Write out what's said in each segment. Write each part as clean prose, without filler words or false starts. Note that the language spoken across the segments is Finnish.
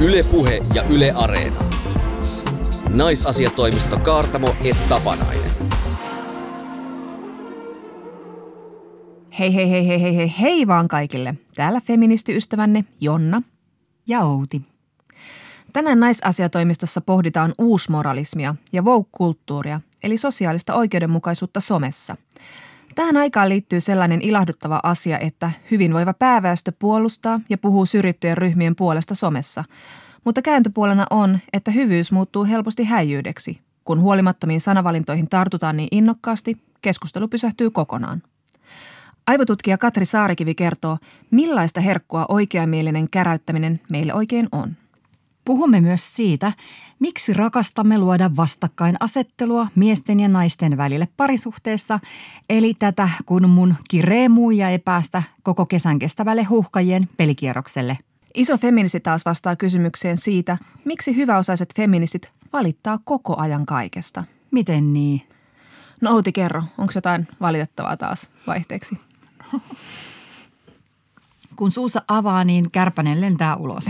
Yle Puhe ja Yle Areena. Naisasiatoimisto Kaartamo et Tapanainen. Hei vaan kaikille. Täällä feministiystävänne Jonna ja Outi. Tänään naisasiatoimistossa pohditaan uusmoralismia ja woke-kulttuuria, eli sosiaalista oikeudenmukaisuutta somessa. Tähän aikaan liittyy sellainen ilahduttava asia, että hyvinvoiva pääväestö puolustaa ja puhuu syrjittyjen ryhmien puolesta somessa. Mutta kääntöpuolena on, että hyvyys muuttuu helposti häijyydeksi. Kun huolimattomiin sanavalintoihin tartutaan niin innokkaasti, keskustelu pysähtyy kokonaan. Aivotutkija Katri Saarikivi kertoo, millaista herkkua oikeamielinen käräyttäminen meille oikein on. Puhumme myös siitä, miksi rakastamme luoda vastakkainasettelua miesten ja naisten välille parisuhteessa, eli tätä kun mun kiree muija ei päästä koko kesän kestävälle huuhkajien pelikierrokselle. Iso feministi taas vastaa kysymykseen siitä, miksi hyväosaiset feministit valittaa koko ajan kaikesta. Miten niin? No Outi, kerro, onko jotain valitettavaa taas vaihteeksi? Kun suussa avaa, niin kärpänen lentää ulos.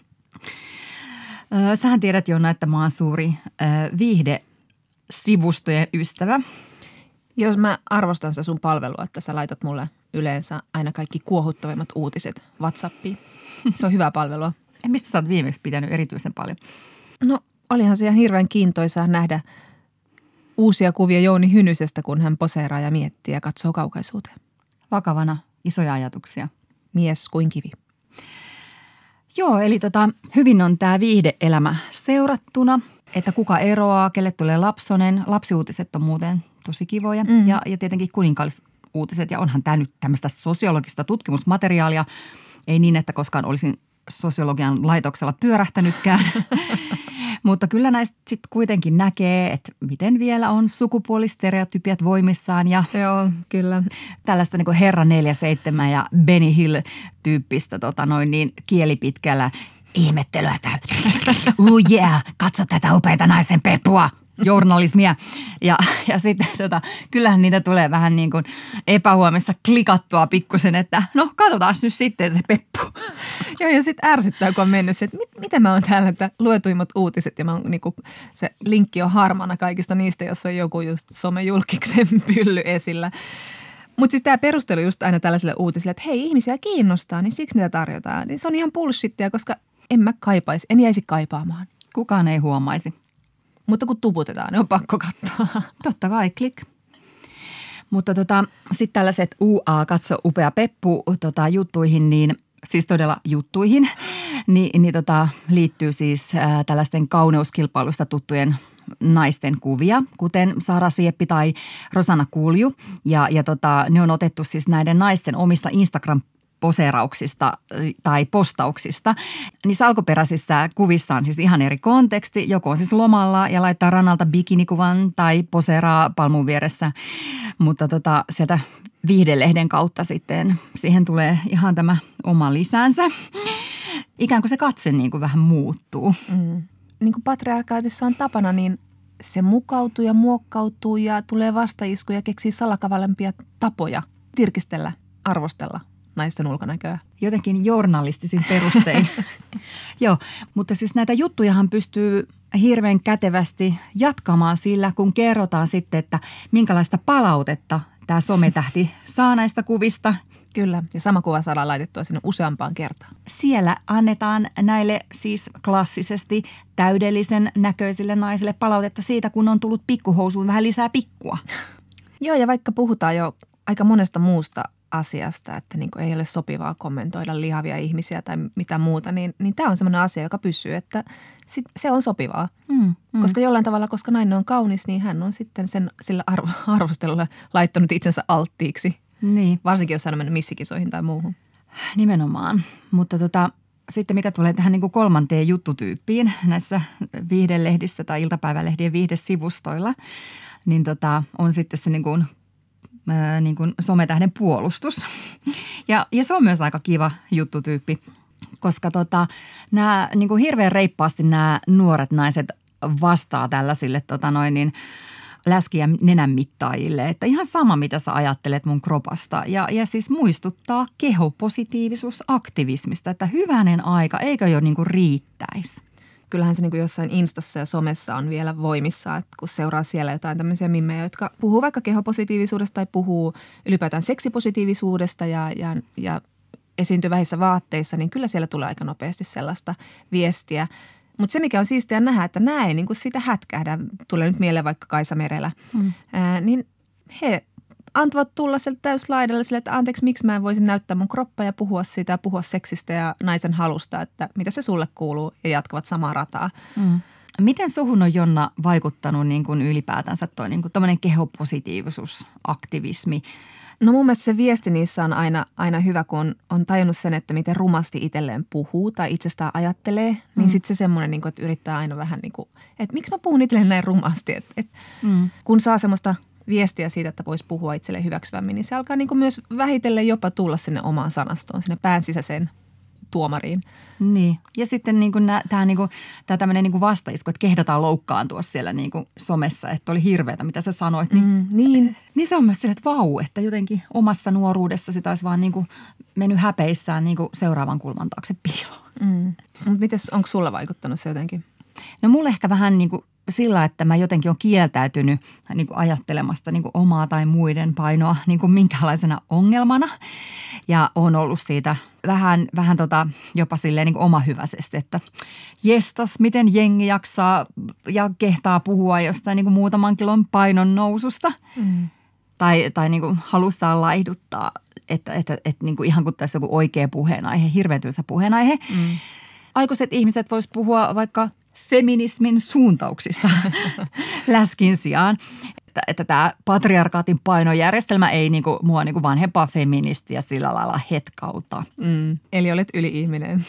Sähän tiedät, Jonna, että mä oon suuri viihdesivustojen ystävä. Jos mä arvostan sitä sun palvelua, että sä laitat mulle yleensä aina kaikki kuohuttavimmat uutiset WhatsAppiin. Se on hyvää palvelua. Mistä sä oot viimeksi pitänyt erityisen paljon? No, olihan se ihan hirveän kiintoisaa nähdä uusia kuvia Jouni Hynysestä, kun hän poseeraa ja miettii ja katsoo kaukaisuuteen. Vakavana, isoja ajatuksia. Mies kuin kivi. Joo, eli hyvin on tämä viihde-elämä seurattuna, että kuka eroaa, kelle tulee lapsonen. Lapsiuutiset on muuten tosi kivoja ja tietenkin kuninkaallisuutiset. Ja onhan tämä nyt tämmöistä sosiologista tutkimusmateriaalia. Ei niin, että koskaan olisin sosiologian laitoksella pyörähtänytkään. Mutta kyllä näistä sitten kuitenkin näkee, että miten vielä on sukupuolistereotypiat voimissaan ja joo, kyllä. Tällaista niin kuin Herra 47 ja Benny Hill-tyyppistä niin kielipitkällä ihmettelyä. Katso tätä upeita naisen peppua. Journalismia. Ja sitten kyllähän niitä tulee vähän niin kuin epähuomissa klikattua pikkusen, että no katsotaan nyt sitten se peppu. Joo, ja sitten ärsyttää, kun on mennyt se, että miten mä oon täällä, että luetuimmat uutiset ja mä oon, niin kuin, se linkki on harmana kaikista niistä, jossa on joku just somejulkiksen pylly esillä. Mutta siis tämä perustelu just aina tällaisille uutisille, että hei, ihmisiä kiinnostaa, niin siksi niitä tarjotaan. Niin se on ihan bullshittia, koska en jäisi kaipaamaan. Kukaan ei huomaisi. Mutta kun tuputetaan, niin on pakko katsoa. Totta kai, klik. Mutta sitten tällaiset katso upea peppu juttuihin, niin siis todella juttuihin, niin liittyy siis tällaisten kauneuskilpailusta tuttujen naisten kuvia, kuten Sara Sieppi tai Rosanna Kulju. Ja ne on otettu siis näiden naisten omista Instagram-poseerauksista tai postauksista. Niissä alkuperäisissä kuvissa on siis ihan eri konteksti. Joko on siis lomalla ja laittaa rannalta bikinikuvan tai poseeraa palmun vieressä. Mutta sieltä viihdelehden kautta sitten siihen tulee ihan tämä oma lisänsä. Ikään kuin se katse niin kuin vähän muuttuu. Niin kuin patriarkaatissa on tapana, niin se mukautuu ja muokkautuu ja tulee vastaiskuja ja keksii salakavalempia tapoja tirkistellä, arvostella naisten ulkonäköä. Jotenkin journalistisin perustein. Joo, mutta siis näitä juttujahan pystyy hirveän kätevästi jatkamaan sillä, kun kerrotaan sitten, että minkälaista palautetta tämä sometähti saa näistä kuvista. Kyllä, ja sama kuva saadaan laitettua sinne useampaan kertaan. Siellä annetaan näille siis klassisesti täydellisen näköisille naisille palautetta siitä, kun on tullut pikkuhousuun vähän lisää pikkua. Joo, ja vaikka puhutaan jo aika monesta muusta asiasta, että niin kuin ei ole sopivaa kommentoida lihavia ihmisiä tai mitä muuta, niin tämä on semmoinen asia, joka pysyy, että se on sopivaa. Koska jollain tavalla, koska nainen on kaunis, niin hän on sitten sillä arvostelulla laittanut itsensä alttiiksi. Niin. Varsinkin, jos hän on mennyt missikisoihin tai muuhun. Nimenomaan, mutta sitten mitä tulee tähän niin kuin kolmanteen juttutyyppiin näissä viihdelehdissä tai iltapäivälehdien viihdesivustoilla, niin on sitten se niin kuin sometähden puolustus. Ja se on myös aika kiva juttutyyppi, koska nämä niin kuin hirveän reippaasti nämä nuoret naiset vastaa tällaisille läski- ja nenänmittaajille, että ihan sama mitä sä ajattelet mun kropasta. Ja siis muistuttaa kehopositiivisuusaktivismista, että hyvänen aika, eikö jo niinku riittäisi? Kyllähän se niin kuin jossain Instassa ja somessa on vielä voimissa, että kun seuraa siellä jotain tämmöisiä mimmejä, jotka puhuu vaikka kehopositiivisuudesta tai puhuu ylipäätään seksipositiivisuudesta ja esiintyy vähissä vaatteissa, niin kyllä siellä tulee aika nopeasti sellaista viestiä. Mutta se, mikä on siistiä nähdä, että nämä ei niin kuin siitä hätkähdä, tulee nyt mieleen vaikka Kaisa Merelä, niin he antavat tulla sieltä täyslaidalle sille, että anteeksi, miksi mä en voisi näyttää mun kroppaa ja puhua siitä ja puhua seksistä ja naisen halusta, että mitä se sulle kuuluu ja jatkavat samaa rataa. Miten suhun on, Jonna, vaikuttanut niin kuin ylipäätänsä toi niin kuin tommoinen kehopositiivisuusaktivismi? No mun mielestä se viesti niissä on aina hyvä, kun on tajunnut sen, että miten rumasti itselleen puhuu tai itsestään ajattelee. Niin sitten se semmoinen, niin kuin, että yrittää aina vähän niin kuin, että miksi mä puhun itselleen näin rumasti. Kun saa semmoista viestiä siitä, että voisi puhua itselleen hyväksyvämmin, niin se alkaa niin kuin myös vähitellen jopa tulla sinne omaan sanastoon, sinne pään sisäiseen tuomariin. Niin. Ja sitten niin kuin tämä tämmöinen niin kuin vastaisku, että kehdataan loukkaantua siellä niin kuin somessa, että oli hirveätä, mitä sä sanoit. Niin se on myös sille, että vau, että jotenkin omassa nuoruudessa sitä olisi vaan niin kuin mennyt häpeissään niin kuin seuraavan kulman taakse piiloon. Mutta mites, onko sulla vaikuttanut se jotenkin? No mulle ehkä vähän niin kuin sillä, että mä jotenkin olen kieltäytynyt niin kuin ajattelemasta niin kuin omaa tai muiden painoa niin kuin minkälaisena ongelmana. Ja on ollut siitä vähän jopa silleen niin kuin omahyväisesti, että jestas, miten jengi jaksaa ja kehtaa puhua jostain niin kuin muutaman kilon painon noususta. Tai niin kuin halustaan laihduttaa, että niin kuin ihan kuin tässä joku oikea puheenaihe, hirveän tylsä puheenaihe. Aikuiset ihmiset vois puhua vaikka feminismin suuntauksista läskin sijaan. Että tämä patriarkaatin painojärjestelmä ei niinku mua niinku vanhempaa feministiä sillä lailla hetkauta. Eli olet yli-ihminen.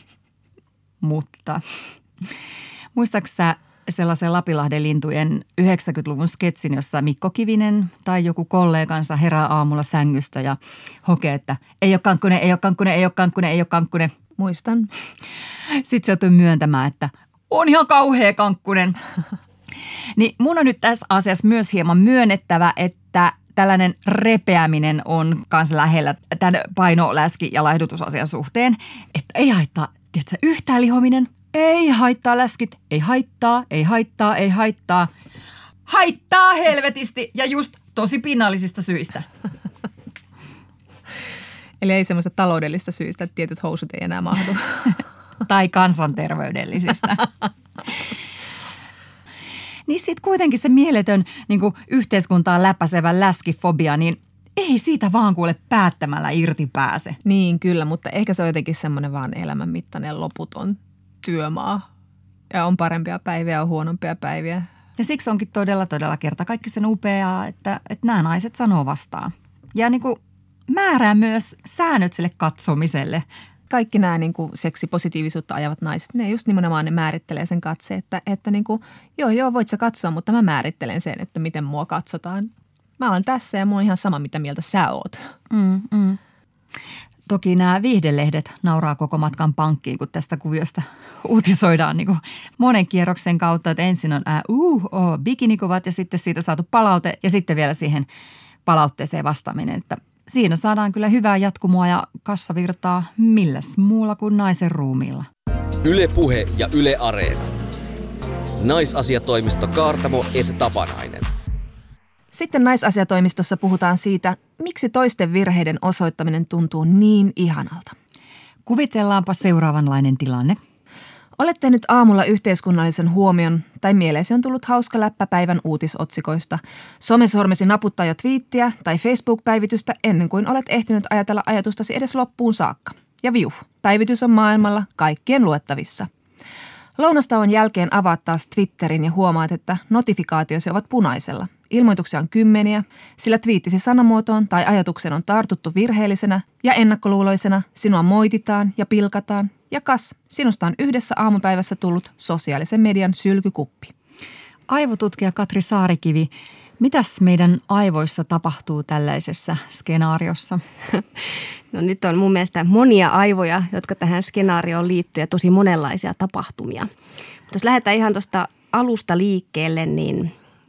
Mutta muistaaksä sä sellaisen Lapinlahden lintujen 90-luvun sketsin, jossa Mikko Kivinen tai joku kollegansa herää aamulla sängystä ja hokee, että ei ole kankkunen, ei ole kankkunen, ei ole kankkunen, ei ole kankkunen. Muistan. Sitten se joutui myöntämään, että on ihan kauhea kankkunen. Niin mun on nyt tässä asiassa myös hieman myönnettävä, että tällainen repeäminen on kanssa lähellä tämän paino-, läski- ja laihdutusasian suhteen. Että ei haittaa, tiedätkö, yhtään lihominen, ei haittaa läskit, ei haittaa, ei haittaa, ei haittaa. Haittaa helvetisti ja just tosi pinnallisista syistä. Eli ei semmoista taloudellista syistä, että tietyt housut ei enää mahdu. Tai kansanterveydellisistä. Niin sitten kuitenkin se mieletön niin kuin yhteiskuntaa läpäisevä läskifobia, niin ei siitä vaan kuule päättämällä irti pääse. Niin kyllä, mutta ehkä se on jotenkin semmoinen vaan elämänmittainen loputon työmaa. Ja on parempia päiviä ja on huonompia päiviä. Ja siksi onkin todella kertakaikkisen upeaa, että nämä naiset sanoo vastaan. Ja niin kuin määrää myös säännöt sille katsomiselle. Kaikki nämä niin kuin seksipositiivisuutta ajavat naiset, ne just nimenomaan ne määrittelee sen katseen, että niin kuin, joo, voit sä katsoa, mutta mä määrittelen sen, että miten mua katsotaan. Mä olen tässä ja mulla on ihan sama, mitä mieltä sä oot. Toki nämä viihdelehdet nauraa koko matkan pankkiin, kun tästä kuviosta uutisoidaan niin kuin monen kierroksen kautta, että ensin on bikinikuvat ja sitten siitä saatu palaute ja sitten vielä siihen palautteeseen vastaaminen, että siinä saadaan kyllä hyvää jatkumoa ja kassavirtaa milläs muulla kuin naisen ruumiilla. Yle Puhe ja Yle Areena. Naisasiatoimisto Kaartamo et Tapanainen. Sitten naisasiatoimistossa puhutaan siitä, miksi toisten virheiden osoittaminen tuntuu niin ihanalta. Kuvitellaanpa seuraavanlainen tilanne. Olet tehnyt aamulla yhteiskunnallisen huomion tai mieleesi on tullut hauska läppä päivän uutisotsikoista. Somesormesi naputtaa jo twiittiä tai Facebook-päivitystä ennen kuin olet ehtinyt ajatella ajatustasi edes loppuun saakka. Ja viuh, päivitys on maailmalla kaikkien luettavissa. Lounastauon jälkeen avaat taas Twitterin ja huomaat, että notifikaatiosi ovat punaisella. Ilmoituksia on kymmeniä, sillä twiittisi sanamuotoon tai ajatuksen on tartuttu virheellisenä ja ennakkoluuloisena, sinua moititaan ja pilkataan. Ja kas, sinusta on yhdessä aamupäivässä tullut sosiaalisen median sylkykuppi. Aivotutkija Katri Saarikivi, mitäs meidän aivoissa tapahtuu tällaisessa skenaariossa? No nyt on mun mielestä monia aivoja, jotka tähän skenaarioon liittyy ja tosi monenlaisia tapahtumia. Mutta jos lähdetään ihan tuosta alusta liikkeelle, niin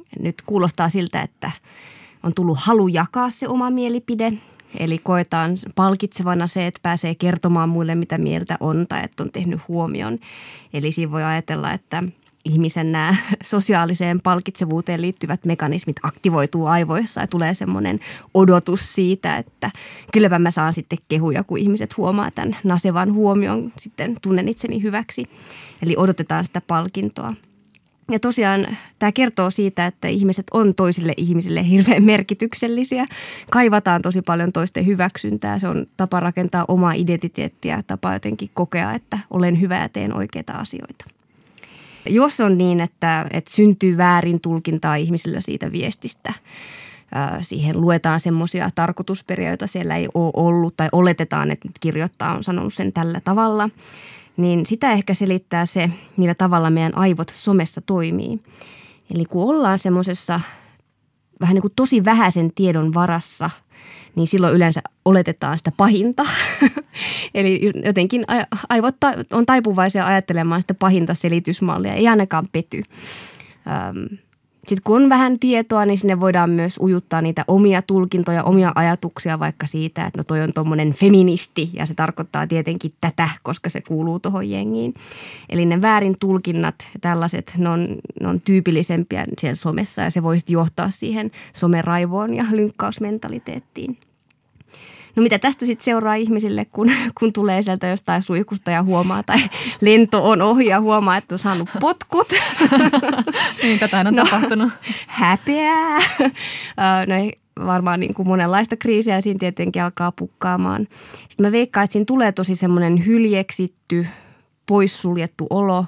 nyt kuulostaa siltä, että on tullut halu jakaa se oma mielipide. Eli koetaan palkitsevana se, että pääsee kertomaan muille, mitä mieltä on tai että on tehnyt huomion. Eli siinä voi ajatella, että ihmisen nämä sosiaaliseen palkitsevuuteen liittyvät mekanismit aktivoituu aivoissa ja tulee semmoinen odotus siitä, että kylläpä mä saan sitten kehuja, kun ihmiset huomaa tämän nasevan huomion, sitten tunnen itseni hyväksi. Eli odotetaan sitä palkintoa. Ja tosiaan tämä kertoo siitä, että ihmiset on toisille ihmisille hirveän merkityksellisiä. Kaivataan tosi paljon toisten hyväksyntää. Se on tapa rakentaa omaa identiteettiä, tapa jotenkin kokea, että olen hyvä ja teen oikeita asioita. Jos on niin, että syntyy väärin tulkintaa ihmisillä siitä viestistä, siihen luetaan semmoisia tarkoitusperiä, joita siellä ei ole ollut tai oletetaan, että nyt kirjoittaa on sanonut sen tällä tavalla, niin sitä ehkä selittää se, millä tavalla meidän aivot somessa toimii. Eli kun ollaan semmoisessa vähän niin kuin tosi vähäisen tiedon varassa, niin silloin yleensä oletetaan sitä pahinta. Eli jotenkin aivot on taipuvaisia ajattelemaan sitä pahinta selitysmallia, ei ainakaan pety. Sitten kun on vähän tietoa, niin sinne voidaan myös ujuttaa niitä omia tulkintoja, omia ajatuksia vaikka siitä, että no toi on tommonen feministi ja se tarkoittaa tietenkin tätä, koska se kuuluu tuohon jengiin. Eli ne väärin tulkinnat ja tällaiset, ne on tyypillisempiä siellä somessa ja se voi sitten johtaa siihen someraivoon ja lynkkausmentaliteettiin. No mitä tästä sitten seuraa ihmisille, kun tulee sieltä jostain suihkusta ja huomaa, tai lento on ohi ja huomaa, että on saanut potkut. Niin, tätähän on tapahtunut. Häpeää. No varmaan niin kuin monenlaista kriisiä siinä tietenkin alkaa pukkaamaan. Sitten mä veikkaan, että siinä tulee tosi semmoinen hyljeksitty, poissuljettu olo.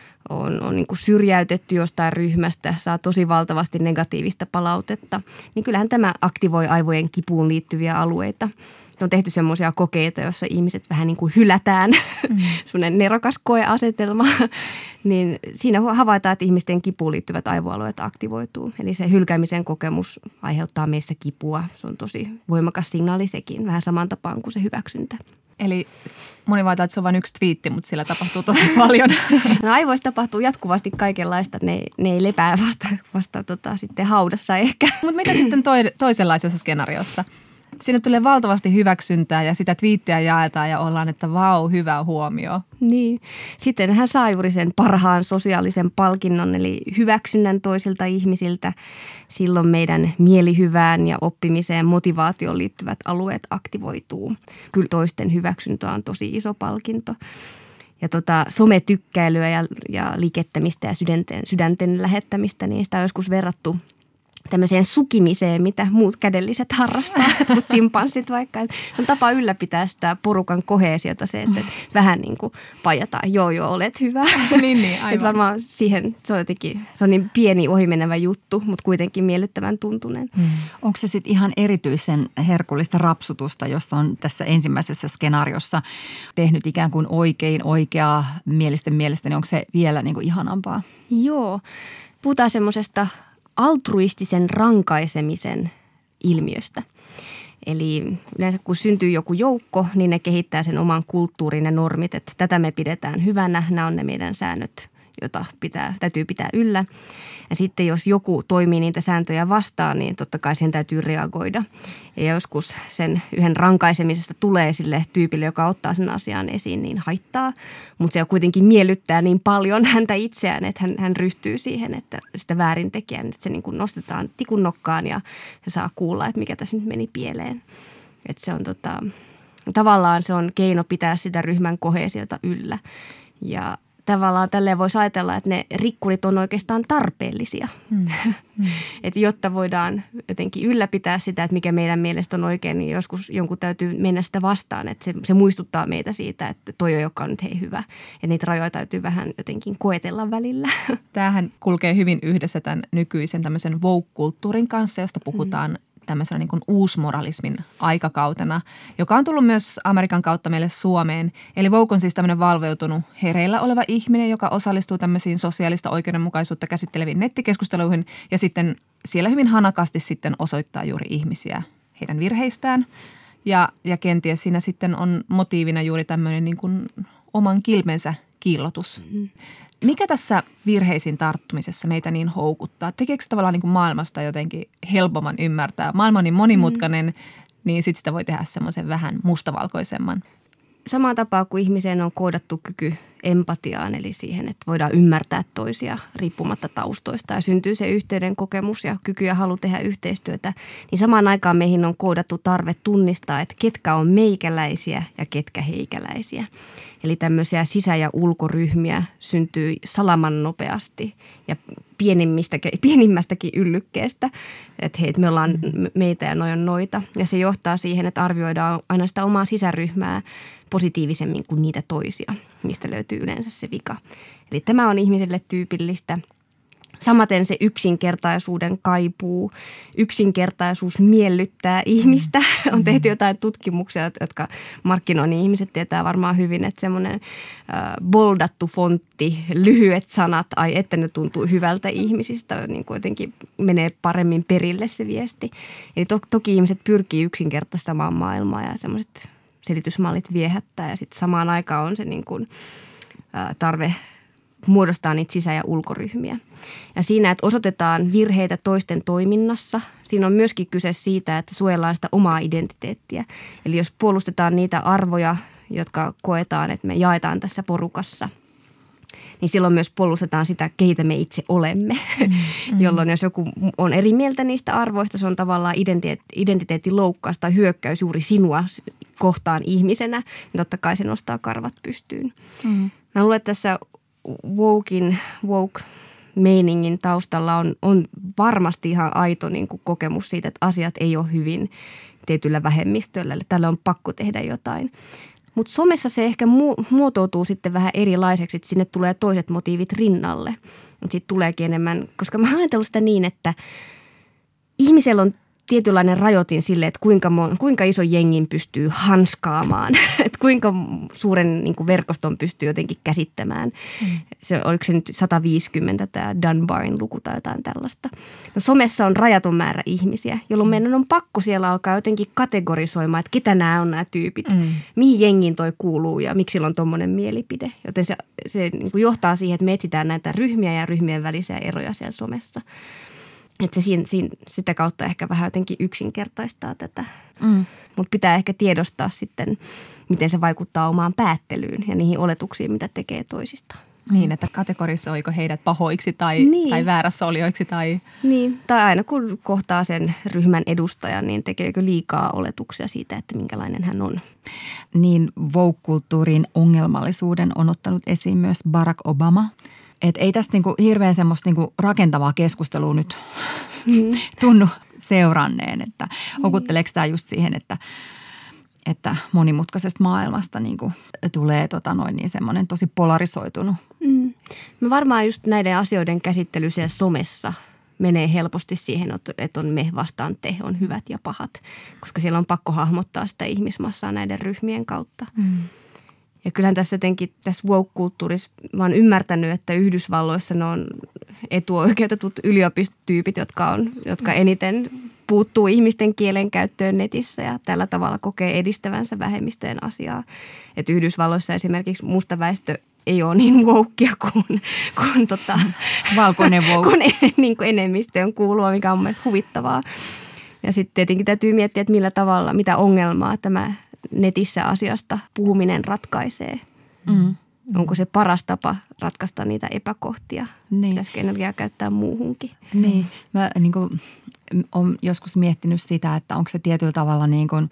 On niin kuin syrjäytetty jostain ryhmästä, saa tosi valtavasti negatiivista palautetta, niin kyllähän tämä aktivoi aivojen kipuun liittyviä alueita. On tehty semmoisia kokeita, joissa ihmiset vähän niin kuin hylätään, semmoinen nerokas koeasetelma, niin siinä havaitaan, että ihmisten kipuun liittyvät aivoalueet aktivoituu. Eli se hylkäämisen kokemus aiheuttaa meissä kipua. Se on tosi voimakas signaali sekin, vähän saman tapaan kuin se hyväksyntä. Eli moni vaatii, että se on vain yksi twiitti, mutta sillä tapahtuu tosi paljon. No aivoissa tapahtuu jatkuvasti kaikenlaista. Ne ei lepää vasta sitten haudassa ehkä. Mutta mitä sitten toisenlaisessa skenaariossa? Sinne tulee valtavasti hyväksyntää ja sitä twiittiä jaetaan ja ollaan, että vau, hyvä huomio. Niin. Sitten hän saa juuri sen parhaan sosiaalisen palkinnon, eli hyväksynnän toisilta ihmisiltä. Silloin meidän mielihyvään ja oppimiseen, motivaatioon liittyvät alueet aktivoituu. Kyllä toisten hyväksyntä on tosi iso palkinto. Ja sometykkäilyä ja liikettämistä ja sydänten lähettämistä, niin sitä on joskus verrattu tämmöiseen sukimiseen, mitä muut kädelliset harrastaa, kun simpanssit vaikka. On tapa ylläpitää sitä porukan koheesiota se, että vähän niin kuin pajataan, joo, olet hyvä. niin, aivan. Että varmaan siihen se on niin pieni ohimenevä juttu, mutta kuitenkin miellyttävän tuntunen. Onko se sitten ihan erityisen herkullista rapsutusta, jos on tässä ensimmäisessä skenaariossa tehnyt ikään kuin oikeaa mielisten mielestä, niin onko se vielä niin kuin ihanampaa? Joo, puhutaan semmoisesta altruistisen rankaisemisen ilmiöstä. Eli yleensä kun syntyy joku joukko, niin ne kehittää sen oman kulttuurin ja normit, että tätä me pidetään hyvänä, nämä on ne meidän säännöt, jota täytyy pitää yllä. Ja sitten jos joku toimii niitä sääntöjä vastaan, niin totta kai siihen täytyy reagoida. Ja joskus sen yhden rankaisemisesta tulee sille tyypille, joka ottaa sen asian esiin, niin haittaa. Mutta se kuitenkin miellyttää niin paljon häntä itseään, että hän ryhtyy siihen, että sitä väärintekijän, että se niin kuin nostetaan tikun nokkaan ja se saa kuulla, että mikä tässä nyt meni pieleen. Että se on tavallaan se on keino pitää sitä ryhmän koheesiota yllä ja tavallaan tälleen voisi ajatella, että ne rikkurit on oikeastaan tarpeellisia. Että jotta voidaan jotenkin ylläpitää sitä, että mikä meidän mielestä on oikein, niin joskus jonkun täytyy mennä sitä vastaan. Että se muistuttaa meitä siitä, että toi joka on nyt hyvä. Että niitä rajoja täytyy vähän jotenkin koetella välillä. Tämähän kulkee hyvin yhdessä tämän nykyisen tämmöisen woke-kulttuurin kanssa, josta puhutaan tämmöisenä niin kuin uusmoralismin aikakautena, joka on tullut myös Amerikan kautta meille Suomeen. Eli woke on siis tämmöinen valveutunut hereillä oleva ihminen, joka osallistuu tämmöisiin sosiaalista oikeudenmukaisuutta käsitteleviin nettikeskusteluihin ja sitten siellä hyvin hanakasti sitten osoittaa juuri ihmisiä heidän virheistään. Ja kenties siinä sitten on motiivina juuri tämmöinen niin kuin oman kilpensä kiillotus. Mikä tässä virheisiin tarttumisessa meitä niin houkuttaa? Tekeekö tavallaan niin kuin maailmasta jotenkin helpomman ymmärtää? Maailma on niin monimutkainen, niin sitten sitä voi tehdä semmoisen vähän mustavalkoisemman. Samaan tapaan kuin ihmiseen on koodattu kyky empatiaan, eli siihen, että voidaan ymmärtää toisia riippumatta taustoista ja syntyy se yhteyden kokemus ja kyky ja halu tehdä yhteistyötä, niin samaan aikaan meihin on koodattu tarve tunnistaa, että ketkä on meikäläisiä ja ketkä heikäläisiä. Eli tämmöisiä sisä- ja ulkoryhmiä syntyy salaman nopeasti ja pienimmästäkin yllykkeestä, että hei, me ollaan meitä ja noi on noita. Ja se johtaa siihen, että arvioidaan aina sitä omaa sisäryhmää positiivisemmin kuin niitä toisia. Niistä löytyy yleensä se vika. Eli tämä on ihmiselle tyypillistä. Samaten se yksinkertaisuuden kaipuu. Yksinkertaisuus miellyttää ihmistä. On tehty jotain tutkimuksia, jotka markkinoinnin ihmiset tietää varmaan hyvin, että semmoinen boldattu fontti, lyhyet sanat, ai että ne tuntuu hyvältä ihmisistä, niin kuitenkin menee paremmin perille se viesti. Eli toki ihmiset pyrkii yksinkertaistamaan maailmaa ja semmoiset selitysmallit viehättää ja sitten samaan aikaan on se niin kuin, tarve muodostaa niitä sisä- ja ulkoryhmiä. Ja siinä, että osoitetaan virheitä toisten toiminnassa, siinä on myöskin kyse siitä, että suojellaan sitä omaa identiteettiä. Eli jos puolustetaan niitä arvoja, jotka koetaan, että me jaetaan tässä porukassa, niin silloin myös puolustetaan sitä, keitä me itse olemme. Jolloin jos joku on eri mieltä niistä arvoista, se on tavallaan identiteettiloukkaus tai hyökkäys juuri sinua kohtaan ihmisenä, niin totta kai se nostaa karvat pystyyn. Mä luulen, että tässä woke-meiningin taustalla on varmasti ihan aito niin kuin kokemus siitä, että asiat ei ole hyvin tietyllä vähemmistöllä. Tällä on pakko tehdä jotain. Mutta somessa se ehkä muotoutuu sitten vähän erilaiseksi, että sinne tulee toiset motiivit rinnalle. Sitten tuleekin enemmän, koska mä oon ajatellut sitä niin, että ihmisellä on tietynlainen rajoitin sille, että kuinka iso jengin pystyy hanskaamaan, että kuinka suuren niin kuin verkoston pystyy jotenkin käsittämään. Oliko se nyt 150 tämä Dunbarin luku tai jotain tällaista. No somessa on rajaton määrä ihmisiä, jolloin meidän on pakko siellä alkaa jotenkin kategorisoimaan, että ketä nämä on nämä tyypit, mihin jengiin toi kuuluu ja miksi sillä on tommoinen mielipide. Joten se niin kuin johtaa siihen, että me etsitään näitä ryhmiä ja ryhmien välisiä eroja siellä somessa. Että se sitä kautta ehkä vähän jotenkin yksinkertaistaa tätä. Mutta pitää ehkä tiedostaa sitten, miten se vaikuttaa omaan päättelyyn ja niihin oletuksiin, mitä tekee toisistaan. Niin, että kategorisoiko heidät pahoiksi tai väärässä olijoiksi tai... Niin, tai aina kun kohtaa sen ryhmän edustajan, niin tekeekö liikaa oletuksia siitä, että minkälainen hän on. Niin woke-kulttuurin ongelmallisuuden on ottanut esiin myös Barack Obama. Että ei tästä niinku hirveän semmoista niinku rakentavaa keskustelua nyt tunnu seuranneen, että houkutteleeko tämä just siihen, että monimutkaisesta maailmasta niinku tulee niin semmoinen tosi polarisoitunut. Me varmaan just näiden asioiden käsittely siellä somessa menee helposti siihen, että on me vastaan te, on hyvät ja pahat, koska siellä on pakko hahmottaa sitä ihmismassaa näiden ryhmien kautta. Ja kyllähän tässä jotenkin, tässä woke-kulttuurissa mä oon ymmärtänyt, että Yhdysvalloissa ne on etuoikeutetut yliopistotyypit, jotka eniten puuttuu ihmisten kielenkäyttöön netissä ja tällä tavalla kokee edistävänsä vähemmistöjen asiaa. Että Yhdysvalloissa esimerkiksi musta väestö ei ole niin wokea kuin valkoinen woke. Kun niin kuin enemmistöön kuuluu, mikä on mielestäni huvittavaa. Ja sitten tietenkin täytyy miettiä, että millä tavalla, mitä ongelmaa tämä netissä asiasta puhuminen ratkaisee. Onko se paras tapa ratkaista niitä epäkohtia? Niin. Pitäisikö energiaa käyttää muuhunkin? Niin. Mä niin kuin, olen joskus miettinyt sitä, että onko se tietyllä tavalla niin kuin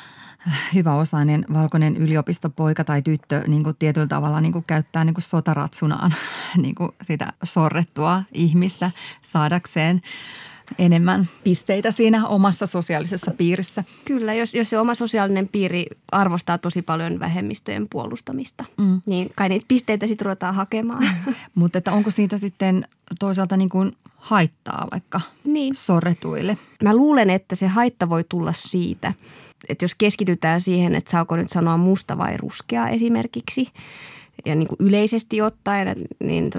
hyväosainen valkoinen yliopistopoika tai tyttö niin kuin tietyllä tavalla niin kuin käyttää niin kuin sotaratsunaan niin kuin sitä sorrettua ihmistä saadakseen enemmän pisteitä siinä omassa sosiaalisessa piirissä. Kyllä, jos se oma sosiaalinen piiri arvostaa tosi paljon vähemmistöjen puolustamista, niin kai niitä pisteitä sitten ruvetaan hakemaan. Mutta että onko siitä sitten toisaalta niin kuin haittaa vaikka sorretuille? Mä luulen, että se haitta voi tulla siitä, että jos keskitytään siihen, että saako nyt sanoa musta vai ruskea esimerkiksi ja niin kuin yleisesti ottaen, niin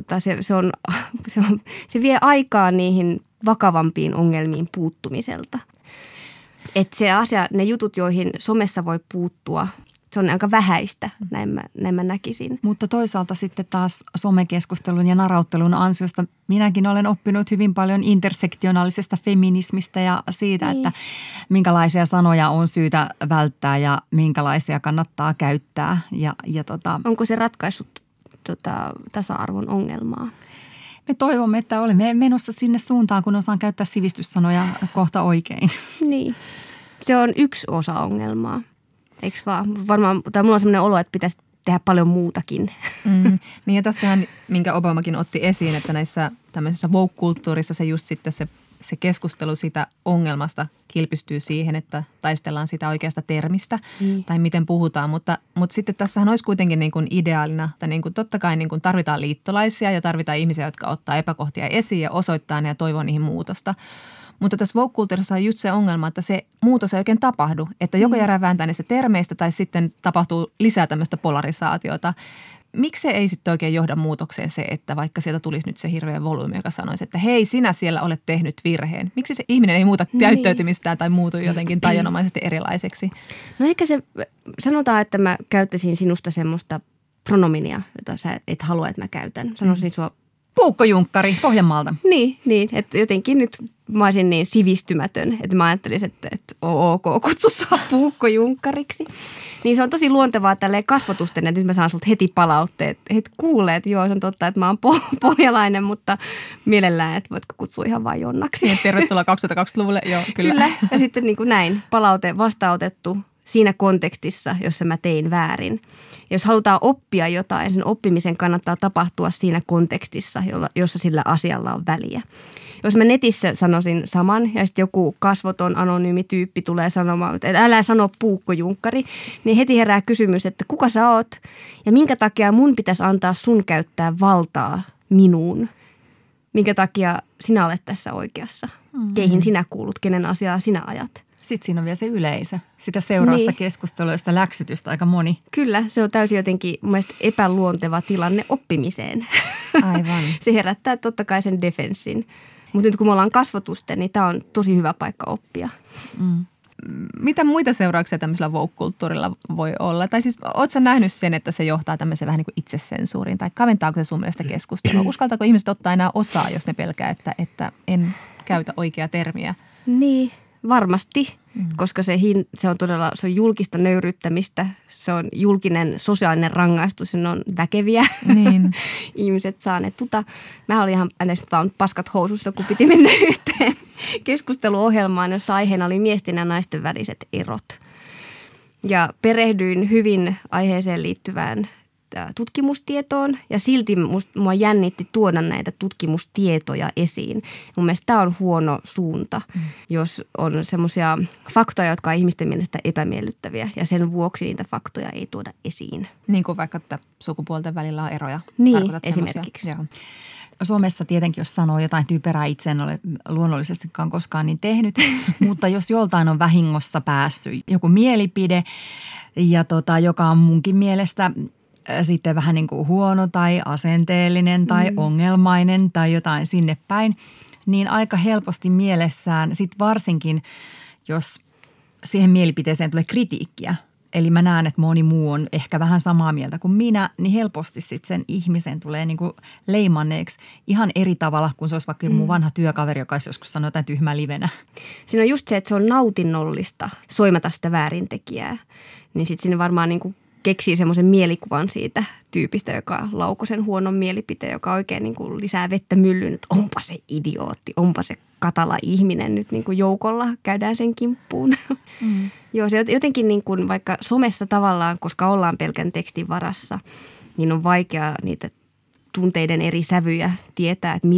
se vie aikaa niihin vakavampiin ongelmiin puuttumiselta. Että se asia, ne jutut, joihin somessa voi puuttua se on aika vähäistä, näin mä näkisin. Mutta toisaalta sitten taas somekeskustelun ja narauttelun ansiosta minäkin olen oppinut hyvin paljon intersektionaalisesta feminismista ja siitä, että minkälaisia sanoja on syytä välttää ja minkälaisia kannattaa käyttää. Onko se ratkaissut tasa-arvon ongelmaa? Me toivomme, että olemme menossa sinne suuntaan, kun osaan käyttää sivistyssanoja kohta oikein. Niin. Se on yksi osa ongelmaa, eikö vaan? Varmaan, tai mulla on sellainen olo, että pitäisi tehdä paljon muutakin. Niin ja tässähän, minkä Obamakin otti esiin, että näissä tämmöisessä woke-kulttuurissa se just sitten se keskustelu siitä ongelmasta kilpistyy siihen, että taistellaan sitä oikeasta termistä tai miten puhutaan. Mutta sitten tässähän olisi kuitenkin niin kuin ideaalina, että niin kuin totta kai niin kuin tarvitaan liittolaisia ja tarvitaan ihmisiä, jotka ottaa epäkohtia esiin ja osoittaa ne ja toivoo niihin muutosta. Mutta tässä woke-kulttuurissa on just se ongelma, että se muutos ei oikein tapahdu. Että joko jäädään vääntää niistä termeistä tai sitten tapahtuu lisää tämmöistä polarisaatiota. Miksi se ei sitten oikein johda muutokseen se, että vaikka sieltä tulisi nyt se hirveä volyymi, joka sanoisi, että hei, sinä siellä olet tehnyt virheen. Miksi se ihminen ei muuta käyttäytymistään tai muutu jotenkin tajanomaisesti erilaiseksi? No ehkä se, sanotaan, että mä käyttäisin sinusta semmoista pronominia, jota sä et halua, että mä käytän. Sanoisin sua Puukkojunkkari Pohjanmaalta. Niin, että jotenkin nyt mä olisin niin sivistymätön, että mä ajattelisin, että on ok kutsu sua puukkojunkkariksi. Niin se on tosi luontevaa tälleen kasvatusten, että nyt mä saan sulta heti palautteet, että kuulee, että joo, se on totta, että mä oon pohjalainen, mutta mielellään, että voitko kutsua ihan vain Jonnaksi. Niin, tervetuloa 2020-luvulle, joo, kyllä. Kyllä, ja sitten niin kuin näin, palaute vastaanotettu siinä kontekstissa, jossa mä tein väärin. Jos halutaan oppia jotain, sen oppimisen kannattaa tapahtua siinä kontekstissa, jossa sillä asialla on väliä. Jos mä netissä sanoisin saman ja sitten joku kasvoton anonyymi tyyppi tulee sanomaan, että älä sano puukkojunkkari, niin heti herää kysymys, että kuka sä oot ja minkä takia mun pitäisi antaa sun käyttää valtaa minuun. Minkä takia sinä olet tässä oikeassa. Keihin sinä kuulut, kenen asiaa sinä ajat. Sitten siinä on vielä se yleisö. Sitä seurausta keskustelua, sitä läksytystä aika moni. Kyllä, se on täysin jotenkin mun mielestä epäluonteva tilanne oppimiseen. Aivan. Se herättää totta kai sen defenssin. Mutta nyt kun me ollaan kasvatusten, niin tämä on tosi hyvä paikka oppia. Mitä muita seurauksia tämmöisellä woke-kulttuurilla voi olla? Tai siis ootko sä nähnyt sen, että se johtaa tämmöiseen vähän niin kuin itsesensuuriin? Tai kaventaako se sun mielestä keskustelua? Uskaltaako ihmiset ottaa enää osaa, jos ne pelkää, että en käytä oikeaa termiä? Niin, varmasti, koska se on todella se on julkista nöyryyttämistä. Se on julkinen sosiaalinen rangaistus, ne on väkeviä. Niin. Ihmiset saa ne Mä olin ihan vaan paskat housussa, kun piti mennä yhteen keskusteluohjelmaan, jossa aiheena oli miesten ja naisten väliset erot. Ja perehdyin hyvin aiheeseen liittyvään tutkimustietoon ja silti mua jännitti tuoda näitä tutkimustietoja esiin. Mun mielestä tämä on huono suunta, jos on semmoisia faktoja, jotka on ihmisten mielestä epämiellyttäviä ja sen vuoksi niitä faktoja ei tuoda esiin. Niin kuin vaikka, että sukupuolten välillä on eroja. Niin, esimerkiksi. Joo. Suomessa tietenkin, jos sanoo jotain typerää, itse en ole luonnollisestikaan koskaan niin tehnyt, mutta jos joltain on vahingossa päässyt joku mielipide, ja joka on munkin mielestä sitten vähän niin kuin huono tai asenteellinen tai ongelmainen tai jotain sinne päin, niin aika helposti mielessään sit varsinkin, jos siihen mielipiteeseen tulee kritiikkiä. Eli mä näen, että moni muu on ehkä vähän samaa mieltä kuin minä, niin helposti sitten sen ihmisen tulee niin kuin leimanneeksi ihan eri tavalla kuin se olisi vaikka mun vanha työkaveri, joka olisi joskus sanonut jotain tyhmää livenä. Siinä on just se, että se on nautinnollista soimata sitä väärintekijää, niin sitten sinne varmaan niin kuin keksii semmoisen mielikuvan siitä tyypistä, joka laukoi sen huonon mielipiteen, joka oikein niin kuin lisää vettä myllyyn, että onpa se idiootti, onpa se katala ihminen nyt niin kuin joukolla, käydään sen kimppuun. Joo, se jotenkin niin kuin vaikka somessa tavallaan, koska ollaan pelkän tekstin varassa, niin on vaikea niitä tunteiden eri sävyjä tietää, että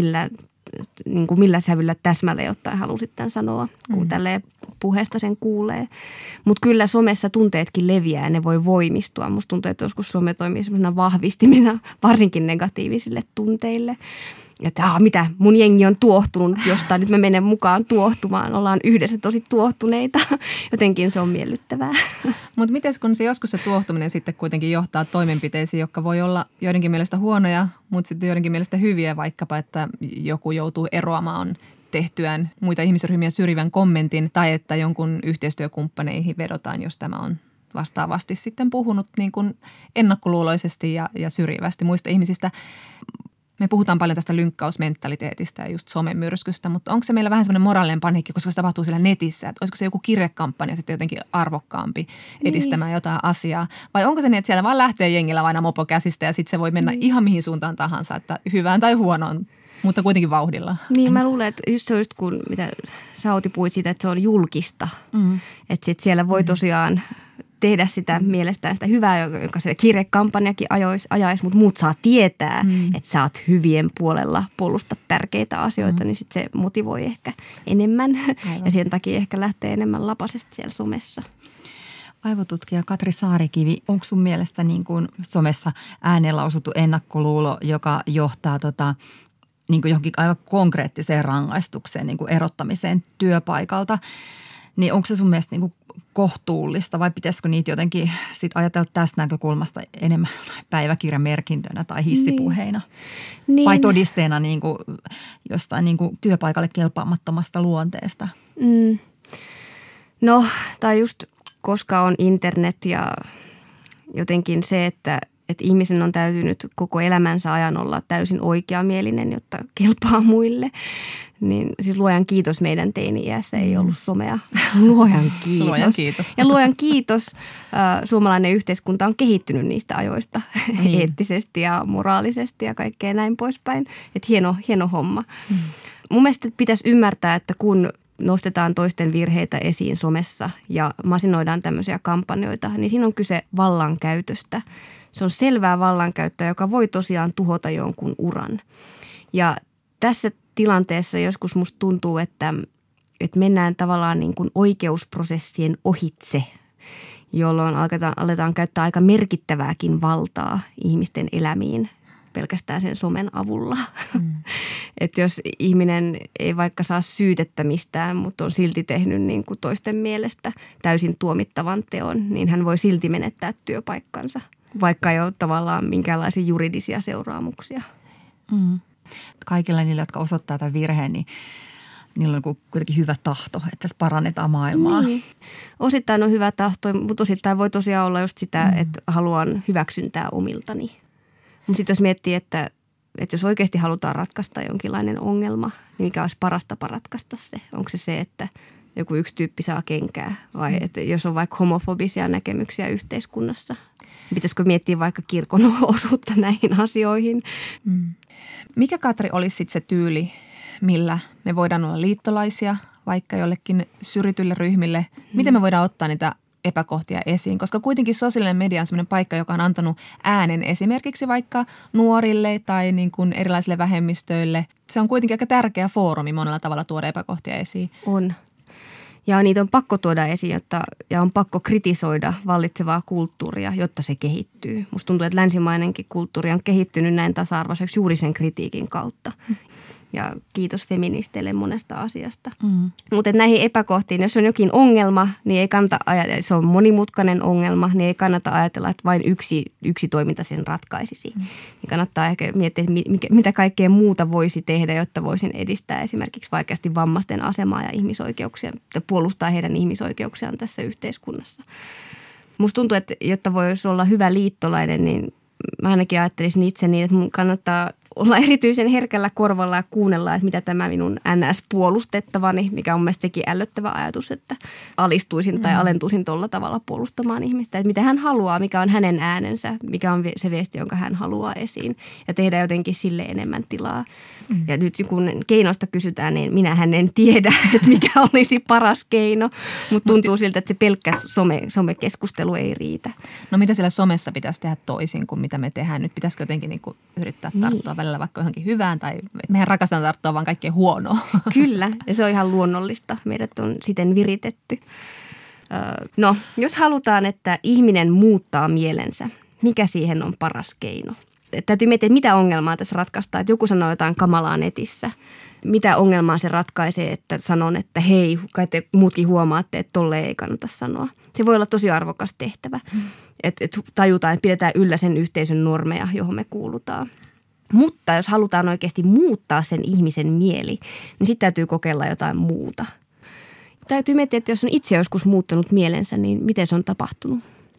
millä sävyllä täsmälleen ottaen halusit tämän sanoa, kun tälleen puheesta sen kuulee. Mutta kyllä somessa tunteetkin leviää ja ne voi voimistua. Musta tuntuu, että joskus some toimii semmoisena vahvistimena varsinkin negatiivisille tunteille. Että mitä, mun jengi on tuohtunut jostain, nyt mä menen mukaan tuohtumaan. Ollaan yhdessä tosi tuohtuneita. Jotenkin se on miellyttävää. Mutta miten kun se joskus se tuohtuminen sitten kuitenkin johtaa toimenpiteisiin, jotka voi olla joidenkin mielestä huonoja, mutta sitten joidenkin mielestä hyviä, vaikkapa että joku joutuu eroamaan tehtyään muita ihmisryhmiä syrjivän kommentin tai että jonkun yhteistyökumppaneihin vedotaan, jos tämä on vastaavasti sitten puhunut niin kuin ennakkoluuloisesti ja syrjivästi muista ihmisistä. Me puhutaan paljon tästä lynkkausmentaliteetista ja just somemyrskystä, mutta onko se meillä vähän semmoinen moraalinen paniikki, koska se tapahtuu siellä netissä? Että olisiko se joku kirjekampanja sitten jotenkin arvokkaampi edistämään jotain asiaa? Vai onko se niin, että siellä vaan lähtee jengillä aina mopo käsistä ja sitten se voi mennä ihan mihin suuntaan tahansa, että hyvään tai huonoon, mutta kuitenkin vauhdilla? Niin mä luulen, että just se on just kun mitä sä Outi puhuit siitä, että se on julkista. Että sitten siellä voi tosiaan tehdä sitä mielestään sitä hyvää, joka se kirjekampanjakin ajaisi, mutta muut saa tietää, että sä oot hyvien puolella puolustaa tärkeitä asioita, niin sitten se motivoi ehkä enemmän. Aivan. Ja sen takia ehkä lähtee enemmän lapasesta siellä somessa. Aivotutkija Katri Saarikivi, onko sun mielestä niin kuin somessa äänellä osuttu ennakkoluulo, joka johtaa niin kuin johonkin aivan konkreettiseen rangaistukseen, niin kuin erottamiseen työpaikalta, niin onko se sun mielestä niin kuin kohtuullista vai pitäisikö niitä jotenkin sit ajatella tästä näkökulmasta enemmän päiväkirjamerkintönä tai hissipuheina? Niin. Vai todisteena niin kuin jostain niin kuin työpaikalle kelpaamattomasta luonteesta? No, tai just koska on internet ja jotenkin se, että ihmisen on täytynyt koko elämänsä ajan olla täysin oikeamielinen, jotta kelpaa muille. Niin siis luojan kiitos meidän teini-iässä ei ollut somea. Luojan kiitos. Luojan kiitos. Ja luojan kiitos. Suomalainen yhteiskunta on kehittynyt niistä ajoista eettisesti ja moraalisesti ja kaikkea näin poispäin. Että hieno homma. Mun mielestä pitäisi ymmärtää, että kun nostetaan toisten virheitä esiin somessa ja masinoidaan tämmöisiä kampanjoita, niin siinä on kyse vallankäytöstä. Se on selvää vallankäyttöä, joka voi tosiaan tuhota jonkun uran. Ja tässä tilanteessa joskus musta tuntuu, että mennään tavallaan niin kuin oikeusprosessien ohitse, jolloin aletaan käyttää aika merkittävääkin valtaa ihmisten elämiin pelkästään sen somen avulla. Että jos ihminen ei vaikka saa syytettä mistään, mutta on silti tehnyt niin kuin toisten mielestä täysin tuomittavan teon, niin hän voi silti menettää työpaikkansa, vaikka ei ole tavallaan minkäänlaisia juridisia seuraamuksia. Kaikilla niillä, jotka osoittaa tämän virheen, niin niillä on kuitenkin hyvä tahto, että tässä parannetaan maailmaa. Niin. Osittain on hyvä tahto, mutta osittain voi tosiaan olla just sitä, että haluan hyväksyntää omiltani. Mutta sitten jos miettii, että jos oikeasti halutaan ratkaista jonkinlainen ongelma, niin mikä olisi paras tapa ratkaista se? Onko se, että joku yksi tyyppi saa kenkää vai että jos on vaikka homofobisia näkemyksiä yhteiskunnassa? Pitäisikö miettiä vaikka kirkon osuutta näihin asioihin? Mikä, Katri, olisi sitten se tyyli, millä me voidaan olla liittolaisia vaikka jollekin syrjityille ryhmille? Miten me voidaan ottaa niitä epäkohtia esiin? Koska kuitenkin sosiaalinen media on sellainen paikka, joka on antanut äänen esimerkiksi vaikka nuorille tai niin kuin erilaisille vähemmistöille. Se on kuitenkin aika tärkeä foorumi monella tavalla tuoda epäkohtia esiin. On. Ja niitä on pakko tuoda esiin ja on pakko kritisoida vallitsevaa kulttuuria, jotta se kehittyy. Musta tuntuu, että länsimainenkin kulttuuri on kehittynyt näin tasa-arvoiseksi juuri sen kritiikin kautta. Ja kiitos feministeille monesta asiasta. Mutta näihin epäkohtiin, jos on jokin ongelma, niin ei kannata ajatella, se on monimutkainen ongelma, niin ei kannata ajatella, että vain yksi toiminta sen ratkaisisi. Niin kannattaa ehkä miettiä, mitä kaikkea muuta voisi tehdä, jotta voisin edistää esimerkiksi vaikeasti vammaisten asemaa ja ihmisoikeuksia, ja puolustaa heidän ihmisoikeuksiaan tässä yhteiskunnassa. Musta tuntuu, että jotta voisi olla hyvä liittolainen, niin mä ainakin ajattelisin itse niin, että mun kannattaa olla erityisen herkällä korvalla ja kuunnella, että mitä tämä minun NS-puolustettavani, mikä on mun mielestä sekin ällöttävä ajatus, että alistuisin tai alentuisin tuolla tavalla puolustamaan ihmistä. Että mitä hän haluaa, mikä on hänen äänensä, mikä on se viesti, jonka hän haluaa esiin ja tehdä jotenkin sille enemmän tilaa. Ja nyt kun keinoista kysytään, niin minähän en tiedä, että mikä olisi paras keino, mutta tuntuu siltä, että se pelkkä somekeskustelu ei riitä. No mitä siellä somessa pitäisi tehdä toisin kuin mitä me tehdään nyt? Pitäisikö jotenkin niin kuin yrittää tarttua välillä vaikka johonkin hyvään tai mehän rakastetaan tarttua vaan kaikkeen huonoon? Kyllä, ja se on ihan luonnollista. Meidät on siten viritetty. No, jos halutaan, että ihminen muuttaa mielensä, mikä siihen on paras keino? Täytyy miettiä, että mitä ongelmaa tässä ratkaistaan. Että joku sanoo jotain kamalaa netissä. Mitä ongelmaa se ratkaisee, että sanon, että hei, kai te muutkin huomaatte, että tolleen ei kannata sanoa. Se voi olla tosi arvokas tehtävä. Että tajutaan, että pidetään yllä sen yhteisön normeja, johon me kuulutaan. Mutta jos halutaan oikeasti muuttaa sen ihmisen mieli, niin sitten täytyy kokeilla jotain muuta. Täytyy miettiä, että jos on itse joskus muuttanut mielensä, niin miten se on tapahtunut.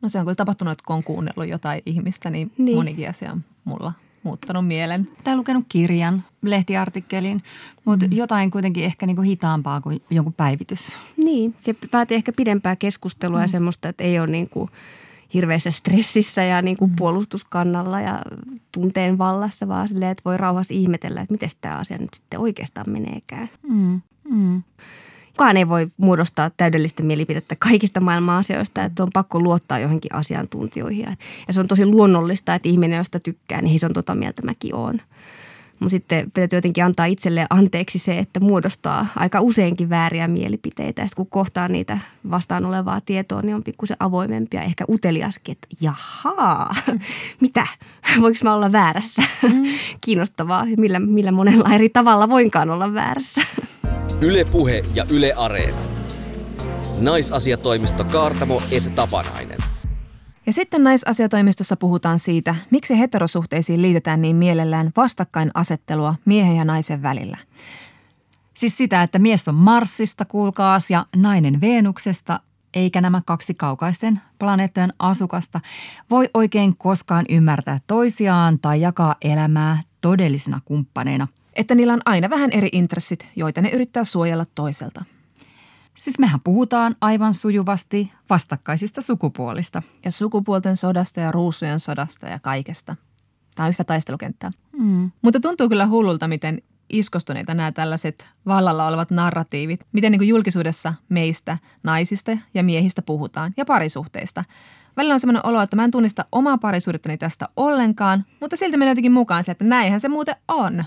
No se on kyllä tapahtunut, että kun on kuunnellut jotain ihmistä, niin monikin asia on mulla muuttanut mielen. Tai lukenut kirjan, lehtiartikkelin, mutta jotain kuitenkin ehkä niinku hitaampaa kuin jonkun päivitys. Niin, se vaatii ehkä pidempää keskustelua ja semmoista, että ei ole niinku hirveässä stressissä ja niinku puolustuskannalla ja tunteen vallassa, vaan silleen, että voi rauhassa ihmetellä, että miten tämä asia nyt sitten oikeastaan meneekään. Kukaan ei voi muodostaa täydellistä mielipidettä kaikista maailman asioista, että on pakko luottaa johonkin asiantuntijoihin. Ja se on tosi luonnollista, että ihminen, josta tykkää, niin se on tota mieltä mäkin oon. Mutta sitten täytyy jotenkin antaa itselleen anteeksi se, että muodostaa aika useinkin vääriä mielipiteitä. Ja sitten kun kohtaa niitä vastaan olevaa tietoa, niin on pikkusen avoimempia ja ehkä uteliaskin, että jahaa, mitä? Voinko mä olla väärässä? Kiinnostavaa, millä monella eri tavalla voinkaan olla väärässä. Yle Puhe ja Yle Areena. Naisasiatoimisto Kaartamo et Tapanainen. Ja sitten naisasiatoimistossa puhutaan siitä, miksi heterosuhteisiin liitetään niin mielellään vastakkainasettelua miehen ja naisen välillä. Siis sitä, että mies on Marsista, kuulkaas, ja nainen Venuksesta, eikä nämä kaksi kaukaisten planeettojen asukasta voi oikein koskaan ymmärtää toisiaan tai jakaa elämää todellisina kumppaneina. Että niillä on aina vähän eri intressit, joita ne yrittää suojella toiselta. Siis mehän puhutaan aivan sujuvasti vastakkaisista sukupuolista. Ja sukupuolten sodasta ja ruusujen sodasta ja kaikesta. Tämä on yhtä taistelukenttää. Mutta tuntuu kyllä hullulta, miten iskostuneita nämä tällaiset vallalla olevat narratiivit. Miten niin kuin julkisuudessa meistä, naisista ja miehistä puhutaan ja parisuhteista. Välillä on sellainen olo, että mä en tunnista omaa parisuhdettani tästä ollenkaan, mutta silti menen jotenkin mukaan se, että näinhän se muuten on.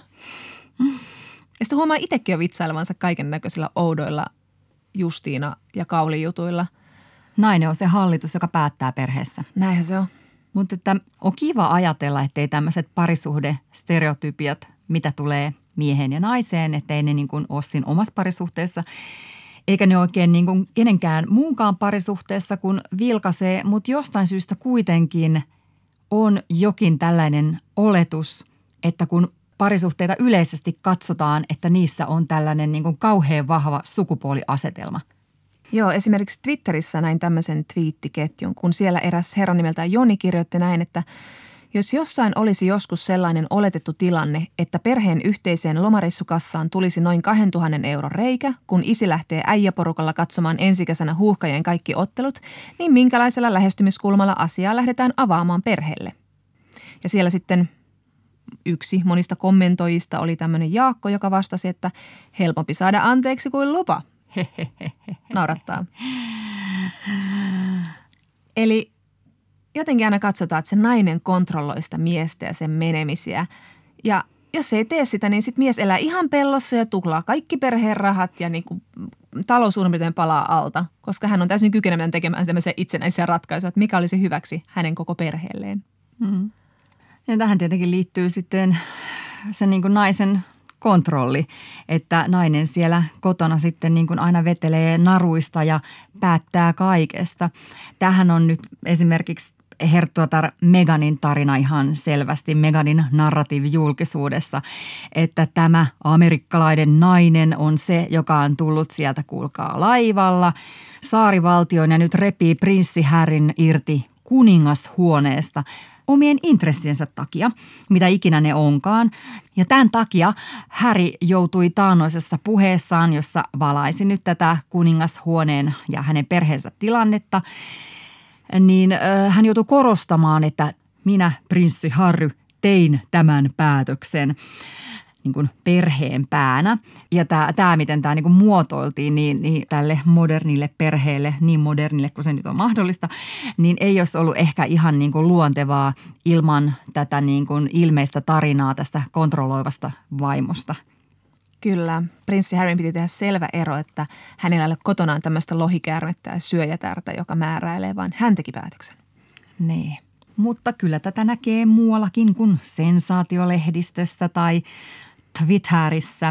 Ja sitten huomaa itsekin jo vitsailevansa kaiken näköisillä oudoilla Justiina ja Kauli-jutuilla. Nainen on se hallitus, joka päättää perheessä. Näinhän se on. Mutta että on kiva ajatella, ettei tämmöiset parisuhde-stereotypiat, mitä tulee miehen ja naiseen, ettei ne niin kuin ole siinä omassa parisuhteessa, eikä ne oikein niin kuin kenenkään muunkaan parisuhteessa, kun vilkaisee, mutta jostain syystä kuitenkin on jokin tällainen oletus, että kun parisuhteita yleisesti katsotaan, että niissä on tällainen niin kuin kauhean vahva sukupuoliasetelma. Joo, esimerkiksi Twitterissä näin tämmöisen twiittiketjun, kun siellä eräs herra nimeltään Joni kirjoitti näin, että jos jossain olisi joskus sellainen oletettu tilanne, että perheen yhteiseen lomareissukassaan tulisi noin 2 000 euron reikä, kun isi lähtee äijäporukalla katsomaan ensikesänä Huuhkajien kaikki ottelut, niin minkälaisella lähestymiskulmalla asiaa lähdetään avaamaan perheelle? Ja siellä sitten yksi monista kommentoijista oli tämmöinen Jaakko, joka vastasi, että helpompi saada anteeksi kuin lupa. Naurattaa. Eli jotenkin aina katsotaan, että se nainen kontrolloi sitä miestä ja sen menemisiä. Ja jos ei tee sitä, niin sitten mies elää ihan pellossa ja tuhlaa kaikki perheen rahat ja niin kuin talous suurin piirtein palaa alta, koska hän on täysin kykenemätön tekemään tämmöisiä itsenäisiä ratkaisuja, että mikä olisi hyväksi hänen koko perheelleen. Ja tähän tietenkin liittyy sitten se niin kuin naisen kontrolli, että nainen siellä kotona sitten niin kuin aina vetelee naruista ja päättää kaikesta. Tämähän on nyt esimerkiksi herttuatar Meghanin tarina ihan selvästi, Meghanin narratiivi julkisuudessa, että tämä amerikkalainen nainen on se, joka on tullut sieltä kuulkaa laivalla saarivaltioon ja nyt repii prinssi Harryn irti kuningashuoneesta omien intressiensä takia, mitä ikinä ne onkaan. Ja tämän takia Harry joutui taannoisessa puheessaan, jossa valaisi nyt tätä kuningashuoneen ja hänen perheensä tilannetta, niin hän joutui korostamaan, että minä, prinssi Harry, tein tämän päätöksen niin kuin perheen päänä. Ja tämä miten tämä niin kuin muotoiltiin niin tälle modernille perheelle, niin modernille kuin se nyt on mahdollista, niin ei olisi ollut ehkä ihan niin kuin luontevaa ilman tätä niin kuin ilmeistä tarinaa tästä kontrolloivasta vaimosta. Kyllä. Prinssi Harryn piti tehdä selvä ero, että hänellä ei ole kotonaan tämmöistä lohikäärmettä ja syöjätärtä, joka määräilee, vaan hän teki päätöksen. Niin. Mutta kyllä tätä näkee muuallakin kuin sensaatiolehdistössä tai Twitterissä.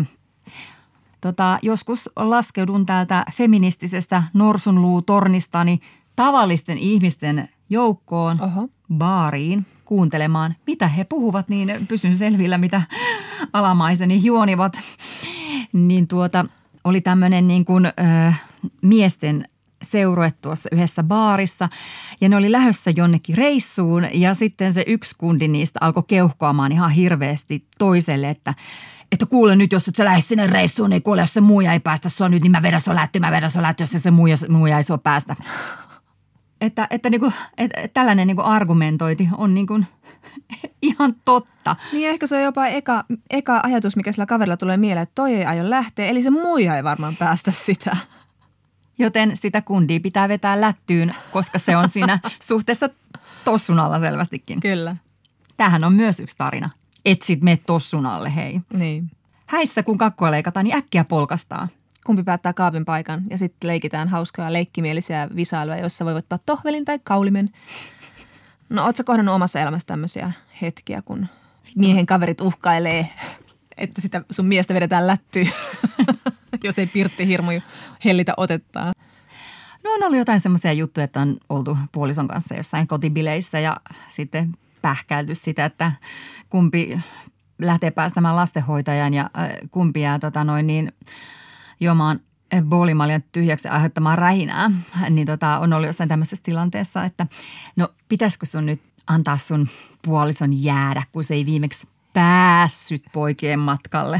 Joskus laskeudun täältä feministisestä norsunluutornistani tavallisten ihmisten joukkoon, baariin, kuuntelemaan, mitä he puhuvat, niin pysyn selvillä, mitä alamaiseni juonivat. Niin oli tämmöinen niin kuin miesten seurue tuossa yhdessä baarissa ja ne oli lähdössä jonnekin reissuun ja sitten se yksi kundi niistä alkoi keuhkoamaan ihan hirveästi toiselle, että kuule nyt, jos et sä lähde sinne reissuun, niin kuule, jos se muija ei päästä sua nyt, niin mä vedän sua lätty, jos se muija ei sua päästä. Että tällainen niinku argumentointi on niinku ihan totta. Niin ehkä se on jopa eka ajatus, mikä sillä kaverilla tulee mieleen, että toi ei aio lähteä, eli se muija ei varmaan päästä sitä. Joten sitä kundia pitää vetää lättyyn, koska se on siinä suhteessa tossun alla selvästikin. Kyllä. Tämähän on myös yksi tarina. Et sit mene tossun alle, hei. Niin. Häissä kun kakkua leikataan, niin äkkiä polkastaa. Kumpi päättää kaapin paikan ja sitten leikitään hauskoja leikkimielisiä visailuja, joissa voi ottaa tohvelin tai kaulimen. No ootko sä kohdannut omassa elämässä tämmöisiä hetkiä, kun miehen kaverit uhkailee, että sitä sun miestä vedetään lättyyn, jos ei pirttihirmu hellitä otettaan? No on ollut jotain semmoisia juttuja, että on oltu puolison kanssa jossain kotibileissä ja sitten pähkäilty sitä, että kumpi lähtee päästämään lastenhoitajan ja kumpi jää juomaan boolimaljan tyhjäksi aiheuttamaan rähinää. Niin on ollut jossain tämmöisessä tilanteessa, että no pitäisikö sun nyt antaa sun puolison jäädä, kun se ei viimeksi päässyt poikien matkalle.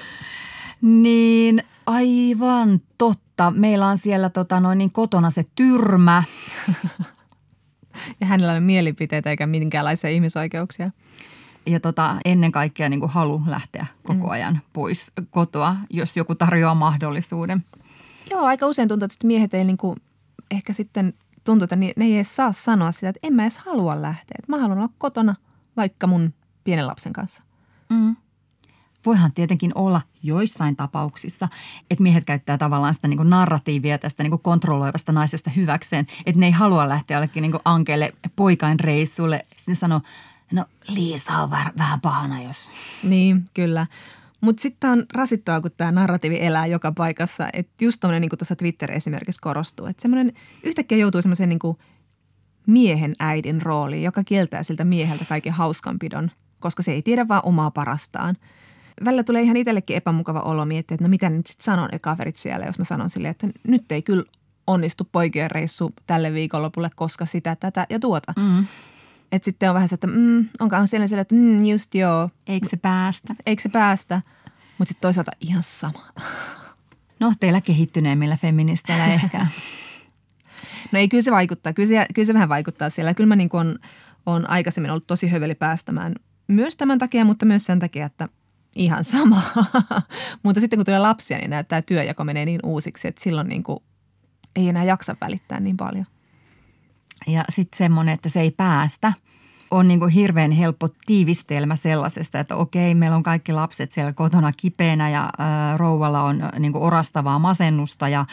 Niin aivan totta. Meillä on siellä kotona se tyrmä. Ja hänellä on mielipiteitä eikä minkäänlaisia ihmisoikeuksia. Ja ennen kaikkea niin kuin halu lähteä koko ajan pois kotoa, jos joku tarjoaa mahdollisuuden. Joo, aika usein tuntuu, että miehet ei niin kuin, ehkä sitten tuntuu, että ne ei edes saa sanoa sitä, että en mä edes halua lähteä. Että mä haluan olla kotona vaikka mun pienen lapsen kanssa. Mm. Voihan tietenkin olla joissain tapauksissa, että miehet käyttää tavallaan sitä niin kuin narratiivia tästä niin kuin kontrolloivasta naisesta hyväkseen. Että ne ei halua lähteä jollekin niin kuin ankeelle poikain reissulle. Sitten sanoo, no Liisa on vähän pahana, jos. Niin, kyllä. Mutta sitten on rasittavaa, kun tämä narratiivi elää joka paikassa. Että just tommoinen, niin kuin tuossa Twitter esimerkiksi korostuu. Että semmoinen yhtäkkiä joutuu semmoiseen niin kuin miehen äidin rooliin, joka kieltää siltä mieheltä kaiken hauskanpidon, koska se ei tiedä vaan omaa parastaan. Välillä tulee ihan itsellekin epämukava olo miettiä, että no mitä nyt sitten sanon ne kaverit siellä, jos mä sanon silleen, että nyt ei kyllä onnistu poikien reissu tälle viikonlopulle, koska sitä, tätä ja tuota. Mm. Että sitten on vähän se, että onkohan siellä, että just joo. Eikö se päästä? Eikö se päästä? Mutta sitten toisaalta ihan sama. No teillä kehittyneemmillä feministeillä ehkä. No ei, kyllä se vaikuttaa. Kyllä se vähän vaikuttaa siellä. Kyllä mä niin kuin on aikaisemmin ollut tosi höveli päästämään myös tämän takia, mutta myös sen takia, että ihan sama. Mutta sitten kun tulee lapsia, niin tämä työjako menee niin uusiksi, että silloin niin kuin ei enää jaksa välittää niin paljon. Ja sitten semmoinen, että se ei päästä, on niin kuin hirveän helppo tiivistelmä sellaisesta, että okei, meillä on kaikki lapset siellä kotona kipeänä ja rouvalla on niin kuin orastavaa masennusta ja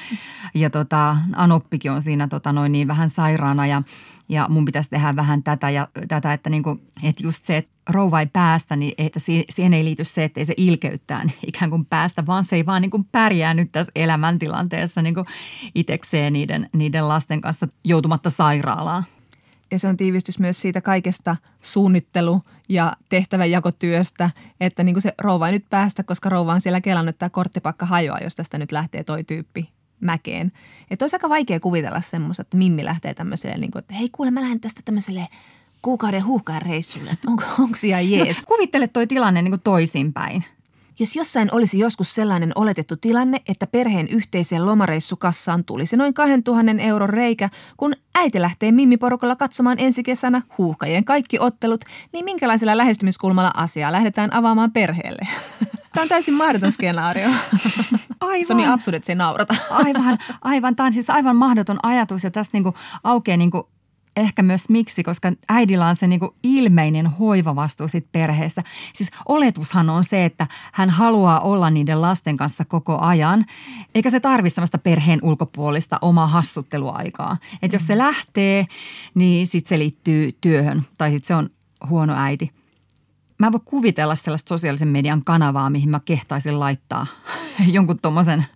Anoppikin on siinä niin vähän sairaana ja mun pitäisi tehdä vähän tätä että, niin kuin, että just se, että rouva ei päästä, niin että siihen ei liity se, että ei se ilkeyttään ikään kuin päästä, vaan se ei vaan niin kuin pärjää nyt tässä elämäntilanteessa niin kuin itsekseen niiden lasten kanssa joutumatta sairaalaan. Ja se on tiivistys myös siitä kaikesta suunnittelu- ja tehtävänjakotyöstä, että niin kuin se rouva ei nyt päästä, koska rouva on siellä kelannut, että tämä korttipakka hajoaa, jos tästä nyt lähtee toi tyyppi mäkeen. Että olisi aika vaikea kuvitella semmoista, että Mimmi lähtee tämmöiselle, niin kuin, että hei kuule, mä lähden tästä tämmöiselle kuukauden huuhkajan reissulle. Onko se ihan jees? No, kuvittele toi tilanne niin kuin toisinpäin. Jos jossain olisi joskus sellainen oletettu tilanne, että perheen yhteiseen lomareissukassaan tulisi noin 2000 euron reikä, kun äiti lähtee Mimmi-porukalla katsomaan ensi kesänä huuhkajien kaikki ottelut, niin minkälaisella lähestymiskulmalla asiaa lähdetään avaamaan perheelle? Tämä on täysin mahdoton skenaario. Aivan. Se on niin absurdi, että se ei naurata. Aivan. Tämä on siis aivan mahdoton ajatus ja tästä niinku aukeaa niinku ehkä myös miksi, koska äidillä on se niinku ilmeinen hoivavastuu siitä perheestä. Siis oletushan on se, että hän haluaa olla niiden lasten kanssa koko ajan, eikä se tarvitse sellaista perheen ulkopuolista omaa hassutteluaikaa. Että jos se lähtee, niin sitten se liittyy työhön tai sitten se on huono äiti. Mä en voi kuvitella sellaista sosiaalisen median kanavaa, mihin mä kehtaisin laittaa jonkun tommosen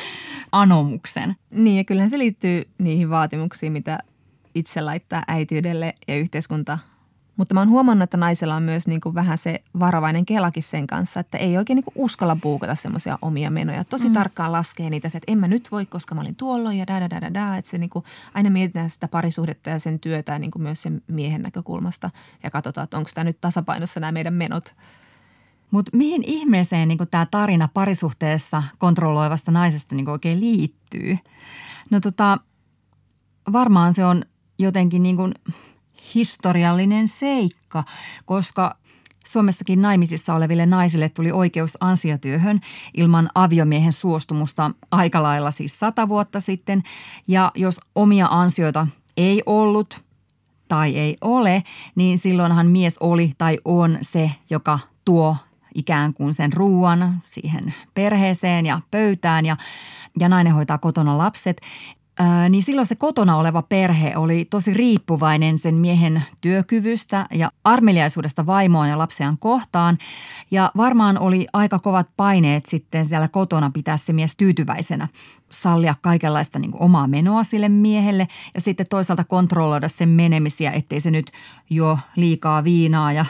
anomuksen. Niin ja kyllähän se liittyy niihin vaatimuksiin, mitä itse laittaa äitiydelle ja yhteiskunta Mutta mä oon huomannut, että naisella on myös niin kuin vähän se varovainen kelakin sen kanssa, että ei oikein niin kuin uskalla buukata semmoisia omia menoja. Tosi tarkkaan laskee niitä, että en mä nyt voi, koska mä olin tuolloin ja että se niin kuin aina mietitään sitä parisuhdetta ja sen työtä ja niin kuin myös sen miehen näkökulmasta ja katsotaan, että onko tämä nyt tasapainossa nämä meidän menot. Mutta mihin ihmeeseen niin tämä tarina parisuhteessa kontrolloivasta naisesta niin oikein liittyy? No varmaan se on jotenkin niin kuin historiallinen seikka, koska Suomessakin naimisissa oleville naisille tuli oikeus ansiotyöhön ilman aviomiehen suostumusta aika lailla siis 100 vuotta sitten. Ja jos omia ansioita ei ollut tai ei ole, niin silloinhan mies oli tai on se, joka tuo ikään kuin sen ruuan siihen perheeseen ja pöytään ja nainen hoitaa kotona lapset. Niin silloin se kotona oleva perhe oli tosi riippuvainen sen miehen työkyvystä ja armeliaisuudesta vaimoaan ja lapsiaan kohtaan. Ja varmaan oli aika kovat paineet sitten siellä kotona pitää se mies tyytyväisenä, sallia kaikenlaista niin kuin omaa menoa sille miehelle ja sitten toisaalta kontrolloida sen menemisiä, ettei se nyt juo liikaa viinaa ja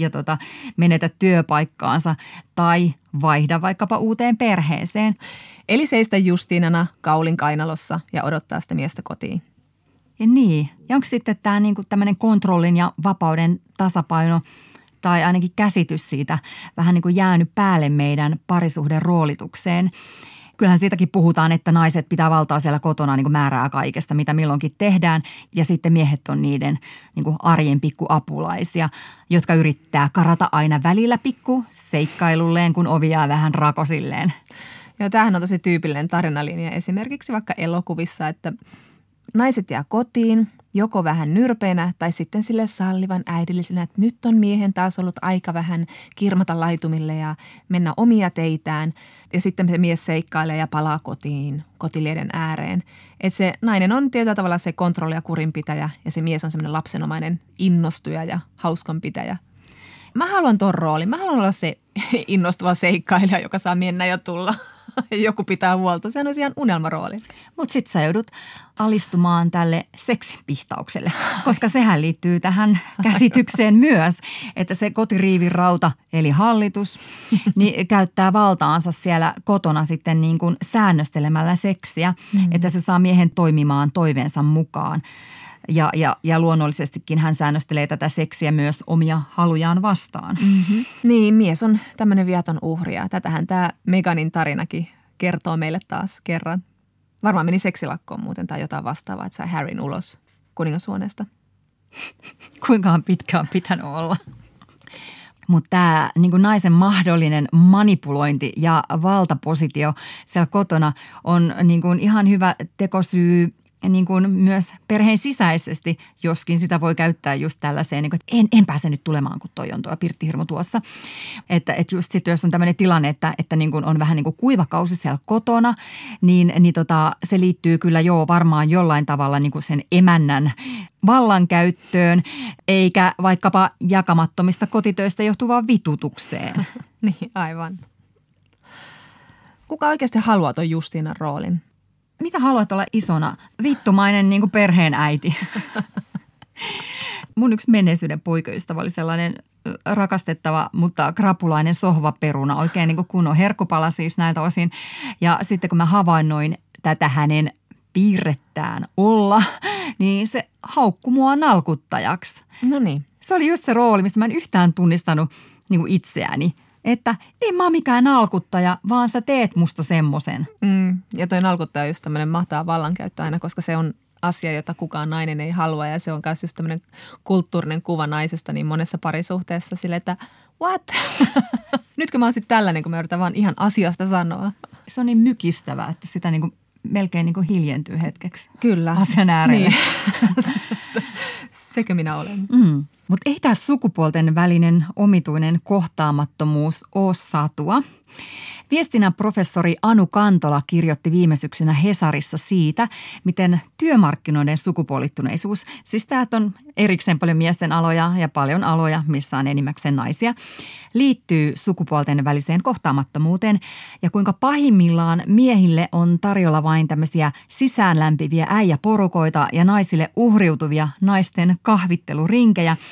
menetä työpaikkaansa tai vaihda vaikkapa uuteen perheeseen. Eli seistä Justiinana kaulin kainalossa ja odottaa sitä miestä kotiin. Ja niin. Ja onko sitten tämä niinku tämmöinen kontrollin ja vapauden tasapaino tai ainakin käsitys siitä vähän niin kuin jäänyt päälle meidän parisuhden roolitukseen? Kyllähän siitäkin puhutaan, että naiset pitää valtaa siellä kotona niin kuin määrää kaikesta, mitä milloinkin tehdään. Ja sitten miehet on niiden niin kuin arjen pikkuapulaisia, jotka yrittää karata aina välillä pikku seikkailulleen, kun ovi jää vähän rakosilleen. Joo, tämähän on tosi tyypillinen tarinalinja esimerkiksi vaikka elokuvissa, että naiset jää kotiin joko vähän nyrpeinä tai sitten sille sallivan äidillisenä, että nyt on miehen taas ollut aika vähän kirmata laitumille ja mennä omia teitään. Ja sitten se mies seikkailee ja palaa kotiin kotilieden ääreen. Että se nainen on tietyllä tavalla se kontrolli- ja kurinpitäjä ja se mies on semmoinen lapsenomainen innostuja ja hauskanpitäjä. Mä haluan ton roolin. Mä haluan olla se innostuva seikkailija, joka saa mennä ja tulla. Joku pitää huolta. Sehän olisi ihan unelmarooli. Mutta sit sä joudut alistumaan tälle seksipihtaukselle, koska sehän liittyy tähän käsitykseen myös, että se kotiriivin rauta eli hallitus niin käyttää valtaansa siellä kotona sitten niin kuin säännöstelemällä seksiä, että se saa miehen toimimaan toiveensa mukaan. Ja luonnollisestikin hän säännöstelee tätä seksiä myös omia halujaan vastaan. Mm-hmm. Niin, mies on tämmöinen viaton uhri ja tätähän tämä Meganin tarinakin kertoo meille taas kerran. Varmaan meni seksilakkoon muuten tai jotain vastaavaa, että sai Harryn ulos kuningashuoneesta. Kuinkahan pitkä on pitänyt olla? Mutta tämä niin naisen mahdollinen manipulointi ja valtapositio siellä kotona on niin kuin ihan hyvä tekosyy niin kuin myös perheen sisäisesti, joskin sitä voi käyttää just tällaiseen, niin kuin, että en pääse nyt tulemaan, kun toi on tuo pirttihirmu tuossa. Että just sitten, jos on tämmöinen tilanne, että niin kuin on vähän niin kuin kuivakausi siellä kotona, niin se liittyy kyllä varmaan jollain tavalla niin kuin sen emännän vallankäyttöön, eikä vaikkapa jakamattomista kotitöistä johtuvaan vitutukseen. Niin, aivan. Kuka oikeasti haluaa ton Justiinan roolin? Mitä haluat olla isona? Vittumainen niin kuin perheen äiti. Mun yksi menneisyyden poikaystävä oli sellainen rakastettava, mutta krapulainen sohvaperuna. Oikein niin kuin kunnon herkkupala siis näiltä osin. Ja sitten kun mä havainnoin tätä hänen piirrettään olla, niin se haukkui mua nalkuttajaksi. No niin. Se oli just se rooli, mistä mä en yhtään tunnistanut niin kuin itseäni. Että en mä ole mikään nalkuttaja, vaan sä teet musta semmoisen. Ja toi nalkuttaja on just tämmöinen mahtava vallankäyttö aina, koska se on asia, jota kukaan nainen ei halua. Ja se on myös just tämmöinen kulttuurinen kuva naisesta niin monessa parisuhteessa sille, että what? Nytkö mä oon sitten tällainen, kun mä yritän vaan ihan asiasta sanoa. Se on niin mykistävää, että sitä niin kuin melkein niin kuin hiljentyy hetkeksi. Kyllä. Asian äärelle. Niin. Sekö minä olen? Mutta ei tämä sukupuolten välinen omituinen kohtaamattomuus ole satua. Viestinnän professori Anu Kantola kirjoitti viime syksynä Hesarissa siitä, miten työmarkkinoiden sukupuolittuneisuus, siis tämä on erikseen paljon miesten aloja ja paljon aloja, missä on enimmäkseen naisia, liittyy sukupuolten väliseen kohtaamattomuuteen ja kuinka pahimmillaan miehille on tarjolla vain tämmöisiä sisäänlämpiviä äijäporukoita ja naisille uhriutuvia naisten kahvittelurinkejä,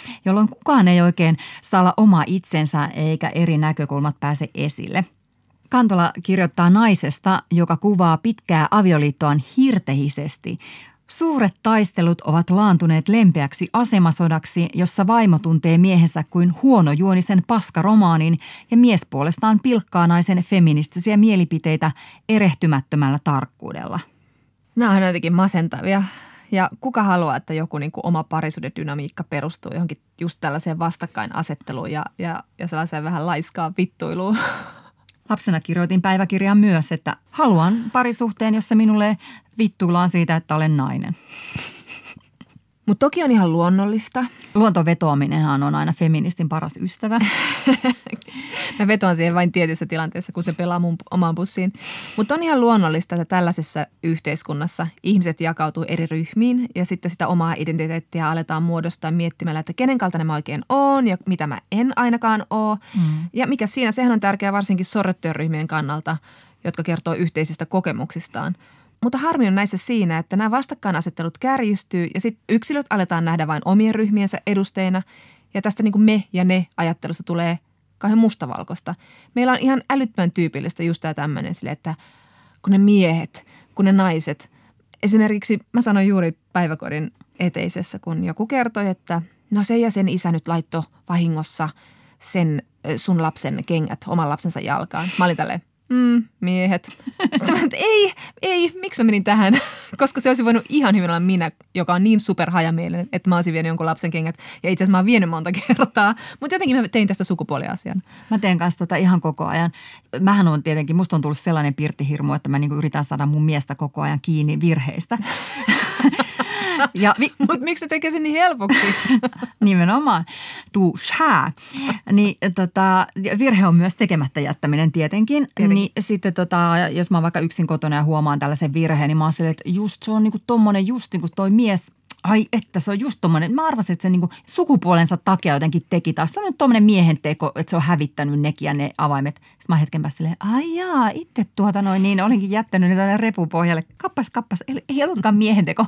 jolloin kukaan ei oikein saa olla oma itsensä eikä eri näkökulmat pääse esille. Kantola kirjoittaa naisesta, joka kuvaa pitkää avioliittoaan hirtehisesti. Suuret taistelut ovat laantuneet lempeäksi asemasodaksi, jossa vaimo tuntee miehensä kuin huonojuonisen paskaromaanin ja mies puolestaan pilkkaa naisen feministisiä mielipiteitä erehtymättömällä tarkkuudella. Nämä on jotenkin masentavia. Ja kuka haluaa, että joku niin kuin oma parisuhdedynamiikka perustuu johonkin just tällaiseen vastakkainasetteluun ja sellaiseen vähän laiskaan vittuiluun. Lapsena kirjoitin päiväkirjaan myös, että haluan parisuhteen, jossa minulle vittuillaan siitä, että olen nainen. Mutta toki on ihan luonnollista. Luontovetoaminenhan on aina feministin paras ystävä. Mä vetoan siihen vain tietyissä tilanteissa, kun se pelaa mun omaan bussiin. Mutta on ihan luonnollista, että tällaisessa yhteiskunnassa ihmiset jakautuu eri ryhmiin ja sitten sitä omaa identiteettiä aletaan muodostaa miettimällä, että kenen kaltainen mä oikein oon ja mitä mä en ainakaan oo. Ja mikä siinä, sehän on tärkeää varsinkin sorrettujen ryhmien kannalta, jotka kertoo yhteisistä kokemuksistaan. Mutta harmi on näissä siinä, että nämä vastakkainasettelut kärjistyy ja sitten yksilöt aletaan nähdä vain omien ryhmiensä edustajina ja tästä niin kuin me ja ne ajattelusta tulee kauhean mustavalkoista. Meillä on ihan älyttömän tyypillistä just tämä tämmöinen sille, että kun ne miehet, kun ne naiset. Esimerkiksi mä sanoin juuri päiväkodin eteisessä, kun joku kertoi, että no se ja sen isä nyt laittoi vahingossa sen sun lapsen kengät oman lapsensa jalkaan. Mä olin tälleen. Miehet. Sitten mä että ei, miksi mä menin tähän? Koska se olisi voinut ihan hyvin olla minä, joka on niin superhajamielinen, että mä olisin vienyt jonkun lapsen kengät. Ja itse asiassa mä oon vienyt monta kertaa. Mutta jotenkin mä tein tästä sukupuoliasian. Mä teen kanssa ihan koko ajan. Mähän on tietenkin, musta on tullut sellainen pirttihirmu, että mä niinku yritän saada mun miestä koko ajan kiinni virheistä. Mutta miksi se tekee sen niin helpoksi? Nimenomaan. Niin, virhe on myös tekemättä jättäminen tietenkin. Niin, sitten jos mä oon vaikka yksin kotona ja huomaan tällaisen virheen, niin mä oon silleen, että just se on niinku tommonen just niin kuin toi mies. Ai että se on just tommonen. Mä arvasin, että se niinku sukupuolensa takia jotenkin teki taas. Se on tommonen miehen teko, että se on hävittänyt nekin ja ne avaimet. Sitten mä hetken päästä silleen, ai jaa, itse niin olinkin jättänyt ne tuonne repupohjalle. Kappas, ei ollutkaan miehen teko.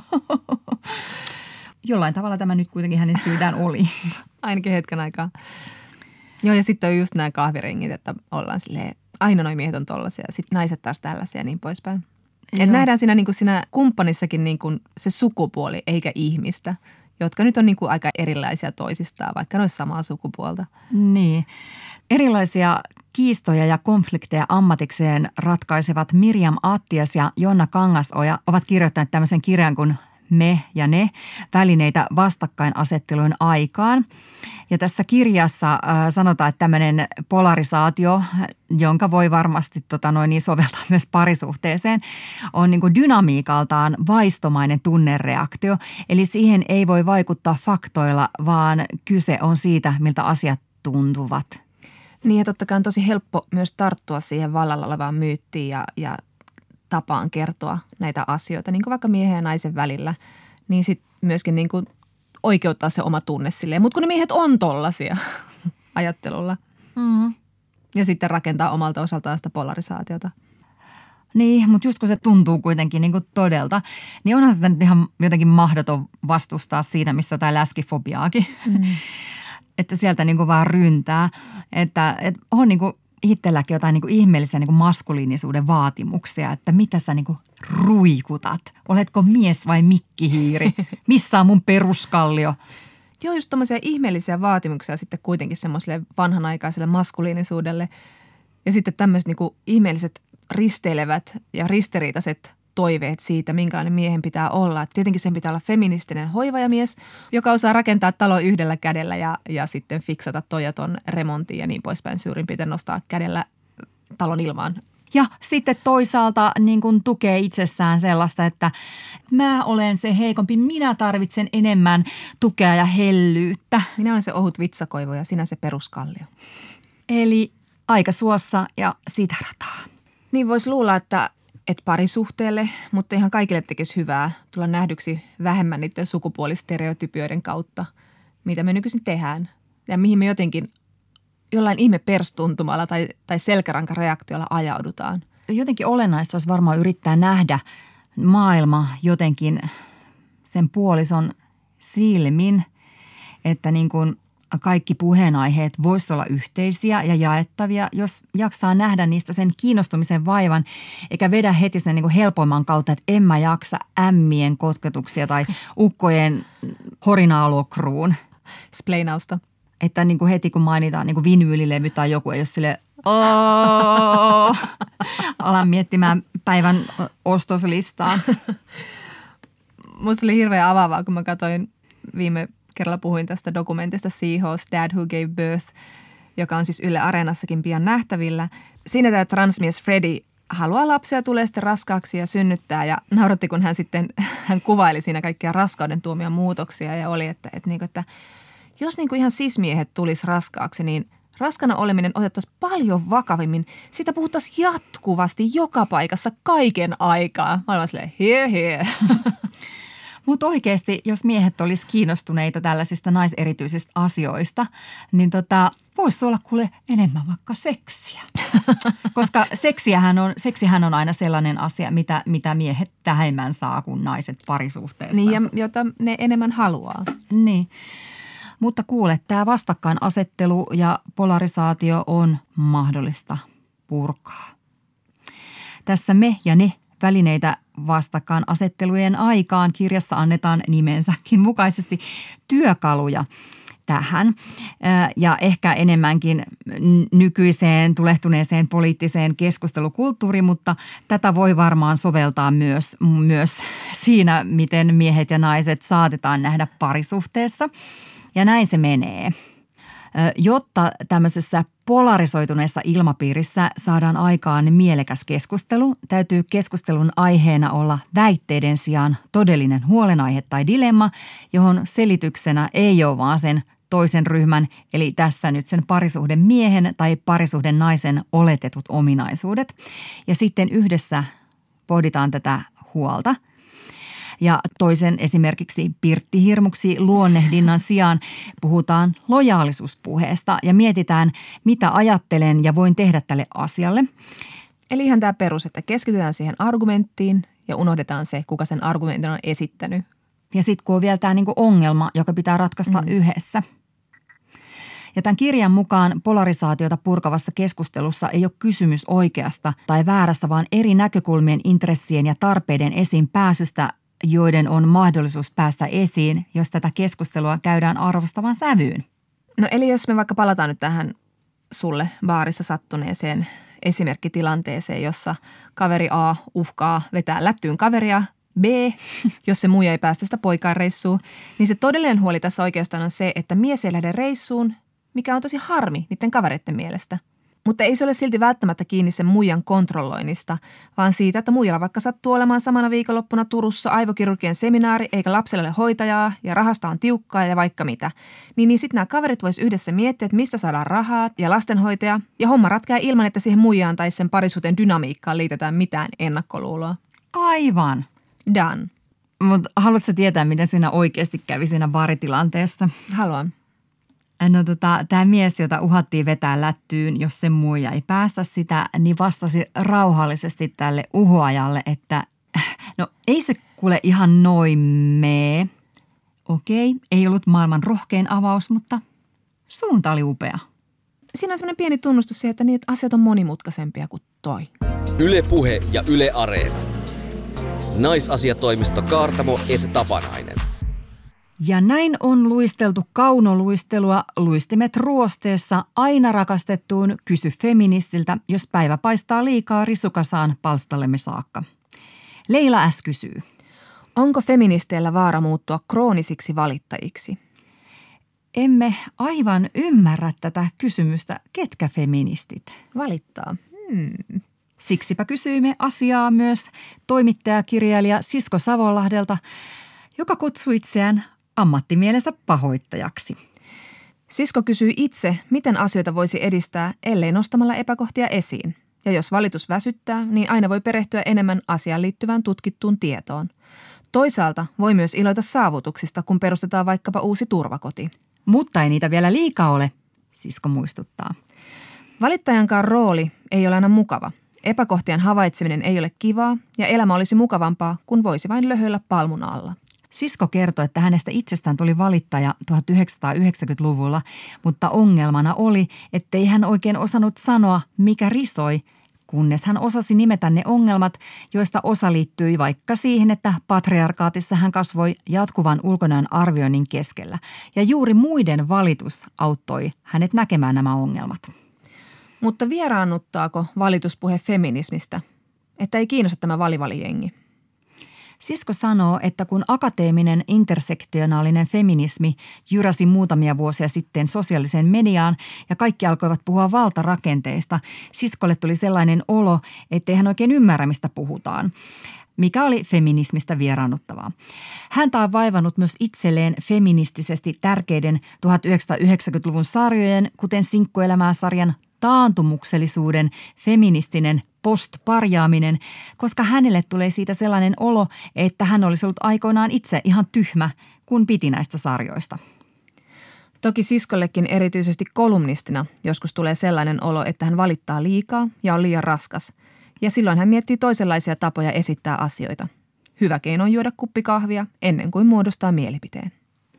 Jollain tavalla tämä nyt kuitenkin hänen syydään oli. Ainakin hetken aikaa. Joo, ja sitten on just nämä kahviringit, että ollaan silleen, aina noi miehet on tollaisia ja sitten naiset taas tällaisia ja niin poispäin. Että nähdään siinä, niin kuin siinä kumppanissakin niin kuin se sukupuoli eikä ihmistä, jotka nyt on niin kuin aika erilaisia toisistaan, vaikka ne olisi samaa sukupuolta. Niin. Erilaisia kiistoja ja konflikteja ammatikseen ratkaisevat Mirjam Attias ja Jonna Kangasoja ovat kirjoittaneet tämmöisen kirjan kuin Me ja ne, välineitä vastakkainasettelujen aikaan. Ja tässä kirjassa sanotaan, että tämmöinen polarisaatio, jonka voi varmasti soveltaa myös parisuhteeseen, on niin kuin dynamiikaltaan vaistomainen tunnereaktio. Eli siihen ei voi vaikuttaa faktoilla, vaan kyse on siitä, miltä asiat tuntuvat. Niin ja totta kai on tosi helppo myös tarttua siihen vallalla olevaan myyttiin ja tapaan kertoa näitä asioita, niin kuin vaikka miehen ja naisen välillä, niin sitten myöskin niin kuin oikeuttaa se oma tunne silleen. Mutta kun ne miehet on tollaisia ajattelulla. Ja sitten rakentaa omalta osaltaan sitä polarisaatiota. Niin, mutta just kun se tuntuu kuitenkin niin kuin todelta, niin onhan sitä nyt ihan jotenkin mahdoton vastustaa siinä, missä jotain läskifobiaakin. Että sieltä niin kuin vaan ryntää, että on niin kuin itselläkin jotain niin kuin ihmeellisiä niin kuin maskuliinisuuden vaatimuksia, että mitä sä niin kuin ruikutat? Oletko mies vai mikkihiiri? Missä on mun peruskallio? Joo, just tommoisia ihmeellisiä vaatimuksia sitten kuitenkin semmoiselle vanhanaikaiselle maskuliinisuudelle. Ja sitten tämmöiset niin kuin ihmeelliset risteilevät ja ristiriitaiset toiveet siitä, minkälainen miehen pitää olla. Et tietenkin sen pitää olla feministinen hoivaajamies, joka osaa rakentaa talo yhdellä kädellä ja sitten fiksata toijaton remontin ja niin poispäin suurin piirtein nostaa kädellä talon ilmaan. Ja sitten toisaalta niin kuin tukee itsessään sellaista, että mä olen se heikompi, minä tarvitsen enemmän tukea ja hellyyttä. Minä olen se ohut vitsakoivu ja sinä se peruskallio. Eli aika suossa ja sitä rataa. Niin voisi luulla, että parisuhteelle, mutta ihan kaikille tekisi hyvää tulla nähdyksi vähemmän niiden sukupuolistereotypioiden kautta, mitä me nykyisin tehdään ja mihin me jotenkin jollain ihme perstuntumalla tai selkärankareaktiolla ajaudutaan. Jotenkin olennaista olisi varmaan yrittää nähdä maailma jotenkin sen puolison silmin. että niin kuin kaikki puheenaiheet voisivat olla yhteisiä ja jaettavia, jos jaksaa nähdä niistä sen kiinnostumisen vaivan, eikä vedä heti sen niin kuin helpoimman kautta, että en mä jaksa ämmien kotketuksia tai ukkojen horinaalokruun. Spleinausta. Että niin kuin heti kun mainitaan niin kuin vinyylilevy tai joku, ei ole silleen, alan miettimään päivän ostoslistaa. Musta oli hirveän avaavaa, kun mä katsoin viime kerralla puhuin tästä dokumentista Seahorse, Dad Who Gave Birth, joka on siis Yle Areenassakin pian nähtävillä. Siinä tämä transmies Freddy haluaa lapsia, tulee sitten raskaaksi ja synnyttää ja nauratti, kun hän kuvaili siinä kaikkia raskauden tuomia muutoksia ja oli, että jos niin kuin ihan cis-miehet tulisi raskaaksi, niin raskana oleminen otettaisiin paljon vakavimmin. Sitä puhuttaisiin jatkuvasti joka paikassa kaiken aikaa. Mä olen silleen, here. Mutta oikeasti, jos miehet olisi kiinnostuneita tällaisista naiserityisistä asioista, niin voisi olla kuule enemmän vaikka seksiä. Koska seksihän on aina sellainen asia, mitä miehet vähemmän saa kuin naiset parisuhteessa. Niin, ja jota ne enemmän haluaa. Niin. Mutta kuule, tämä vastakkainasettelu ja polarisaatio on mahdollista purkaa. Tässä me ja ne välineitä vastakkainasettelujen aikaan kirjassa annetaan nimensäkin mukaisesti työkaluja tähän ja ehkä enemmänkin nykyiseen tulehtuneeseen poliittiseen keskustelukulttuuriin, mutta tätä voi varmaan soveltaa myös siinä, miten miehet ja naiset saatetaan nähdä parisuhteessa. Ja näin se menee. Jotta tämmöisessä polarisoituneessa ilmapiirissä saadaan aikaan mielekäs keskustelu, täytyy keskustelun aiheena olla väitteiden sijaan todellinen huolenaihe tai dilemma, johon selityksenä ei ole vaan sen toisen ryhmän, eli tässä nyt sen parisuhden miehen tai parisuhden naisen oletetut ominaisuudet. Ja sitten yhdessä pohditaan tätä huolta. Ja toisen esimerkiksi pirttihirmuksi luonnehdinnan sijaan puhutaan lojaalisuuspuheesta ja mietitään, mitä ajattelen ja voin tehdä tälle asialle. Eli ihan tämä perus, että keskitytään siihen argumenttiin ja unohdetaan se, kuka sen argumentin on esittänyt. Ja sitten kun on vielä tämä niinku ongelma, joka pitää ratkaista yhdessä. Ja tämän kirjan mukaan polarisaatiota purkavassa keskustelussa ei ole kysymys oikeasta tai väärästä, vaan eri näkökulmien, intressien ja tarpeiden esiin pääsystä, joiden on mahdollisuus päästä esiin, jos tätä keskustelua käydään arvostavan sävyyn. No eli jos me vaikka palataan nyt tähän sulle baarissa sattuneeseen esimerkkitilanteeseen, jossa kaveri A uhkaa vetää lättyyn kaveria B, jos se muija ei päästä sitä poikaan reissuun, niin se todellinen huoli tässä oikeastaan on se, että mies ei lähde reissuun, mikä on tosi harmi niiden kavereiden mielestä. Mutta ei se ole silti välttämättä kiinni sen muijan kontrolloinnista, vaan siitä, että muijalla vaikka sattuu olemaan samana viikonloppuna Turussa aivokirurgien seminaari, eikä lapselle ole hoitajaa ja rahasta on tiukkaa ja vaikka mitä. Niin sitten nämä kaverit vois yhdessä miettiä, että mistä saadaan rahaa ja lastenhoitaja ja homma ratkeaa ilman, että siihen muijaan tai sen parisuhteen dynamiikkaan liitetään mitään ennakkoluuloa. Aivan. Done. Mutta haluatko tietää, miten siinä oikeasti kävi siinä baaritilanteessa? Haluan. No tämä mies, jota uhattiin vetää lättyyn, jos se muija ei päästä sitä, niin vastasi rauhallisesti tälle uhoajalle, että no ei se kuule ihan noin mee. Okei, ei ollut maailman rohkein avaus, mutta suunta oli upea. Siinä on semmoinen pieni tunnustus siihen, että niitä asiat on monimutkaisempia kuin toi. Yle Puhe ja Yle Areena. Naisasiatoimisto Kaartamo et Tapanainen. Ja näin on luisteltu kaunoluistelua luistimet ruosteessa aina rakastettuun Kysy feministiltä, jos päivä paistaa liikaa risukasaan palstallemme saakka. Leila S. kysyy. Onko feministeillä vaara muuttua kroonisiksi valittajiksi? Emme aivan ymmärrä tätä kysymystä, ketkä feministit Valittaa. Siksipä kysyimme asiaa myös toimittajakirjailija Sisko Savonlahdelta, joka kutsui itseään ammattimielensä pahoittajaksi. Sisko kysyy itse, miten asioita voisi edistää, ellei nostamalla epäkohtia esiin. Ja jos valitus väsyttää, niin aina voi perehtyä enemmän asiaan liittyvään tutkittuun tietoon. Toisaalta voi myös iloita saavutuksista, kun perustetaan vaikkapa uusi turvakoti. Mutta ei niitä vielä liikaa ole, Sisko muistuttaa. Valittajankaan rooli ei ole aina mukava. Epäkohtien havaitseminen ei ole kivaa ja elämä olisi mukavampaa, kun voisi vain löhöillä palmun alla. Sisko kertoi, että hänestä itsestään tuli valittaja 1990-luvulla, mutta ongelmana oli, ettei hän oikein osannut sanoa, mikä risoi, kunnes hän osasi nimetä ne ongelmat, joista osa liittyi vaikka siihen, että patriarkaatissa hän kasvoi jatkuvan ulkonäön arvioinnin keskellä. Ja juuri muiden valitus auttoi hänet näkemään nämä ongelmat. Mutta vieraannuttaako valituspuhe feminismistä? Että ei kiinnosta tämä valivalijengi? Sisko sanoo, että kun akateeminen intersektionaalinen feminismi jyräsi muutamia vuosia sitten sosiaaliseen mediaan ja kaikki alkoivat puhua valtarakenteista, siskolle tuli sellainen olo, ettei hän oikein ymmärrä, mistä puhutaan, mikä oli feminismistä vieraannuttavaa. Häntä on vaivannut myös itselleen feministisesti tärkeiden 1990-luvun sarjojen, kuten Sinkkuelämää-sarjan taantumuksellisuuden feministinen postparjaaminen, koska hänelle tulee siitä sellainen olo, että hän olisi ollut aikoinaan itse ihan tyhmä, kun piti näistä sarjoista. Toki siskollekin erityisesti kolumnistina joskus tulee sellainen olo, että hän valittaa liikaa ja on liian raskas. Ja silloin hän miettii toisenlaisia tapoja esittää asioita. Hyvä keino on juoda kuppi kahvia ennen kuin muodostaa mielipiteen.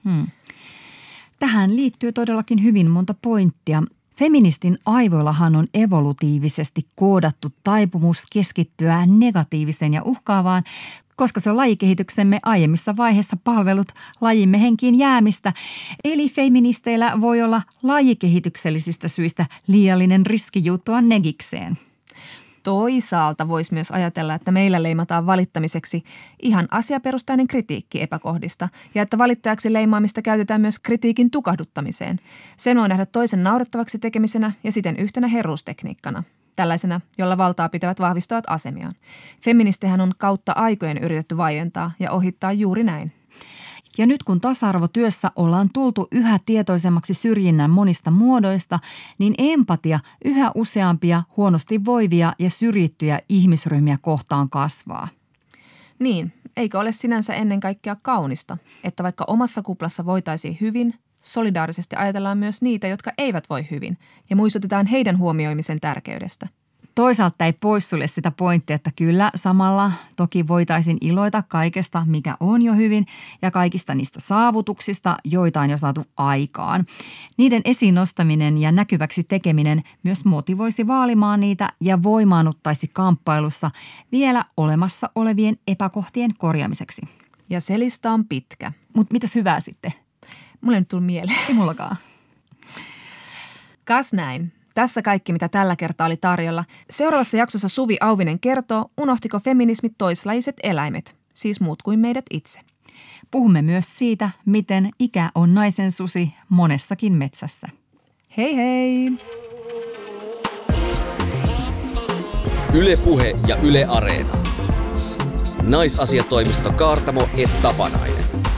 Tähän liittyy todellakin hyvin monta pointtia. Feministin aivoillahan on evolutiivisesti koodattu taipumus keskittyä negatiiviseen ja uhkaavaan, koska se on lajikehityksemme aiemmissa vaiheissa palvellut lajimme henkiin jäämistä. Eli feministeillä voi olla lajikehityksellisistä syistä liiallinen riski juuttua negikseen. Toisaalta voisi myös ajatella, että meillä leimataan valittamiseksi ihan asiaperustainen kritiikki epäkohdista ja että valittajaksi leimaamista käytetään myös kritiikin tukahduttamiseen. Sen voi nähdä toisen naurettavaksi tekemisenä ja siten yhtenä herruustekniikkana. Tällaisena, jolla valtaa pitävät vahvistavat asemiaan. Feministihän on kautta aikojen yritetty vaientaa ja ohittaa juuri näin. Ja nyt kun tasa-arvotyössä ollaan tultu yhä tietoisemmaksi syrjinnän monista muodoista, niin empatia yhä useampia huonosti voivia ja syrjittyjä ihmisryhmiä kohtaan kasvaa. Niin, eikö ole sinänsä ennen kaikkea kaunista, että vaikka omassa kuplassa voitaisiin hyvin, solidaarisesti ajatellaan myös niitä, jotka eivät voi hyvin ja muistutetaan heidän huomioimisen tärkeydestä. Toisaalta ei poissulje sitä pointtia, että kyllä samalla toki voitaisiin iloita kaikesta, mikä on jo hyvin ja kaikista niistä saavutuksista, joita on jo saatu aikaan. Niiden esiin nostaminen ja näkyväksi tekeminen myös motivoisi vaalimaan niitä ja voimaannuttaisi kamppailussa vielä olemassa olevien epäkohtien korjaamiseksi. Ja se lista on pitkä. Mutta mitäs hyvää sitten? Mulle nyt tuli mieleen. Ei mullakaan. Kas näin. Tässä kaikki, mitä tällä kertaa oli tarjolla. Seuraavassa jaksossa Suvi Auvinen kertoo, unohtiko feminismi toislajiset eläimet, siis muut kuin meidät itse. Puhumme myös siitä, miten ikä on naisen susi monessakin metsässä. Hei hei! Yle Puhe ja Yle Areena. Naisasiatoimisto Kaartamo et Tapanainen.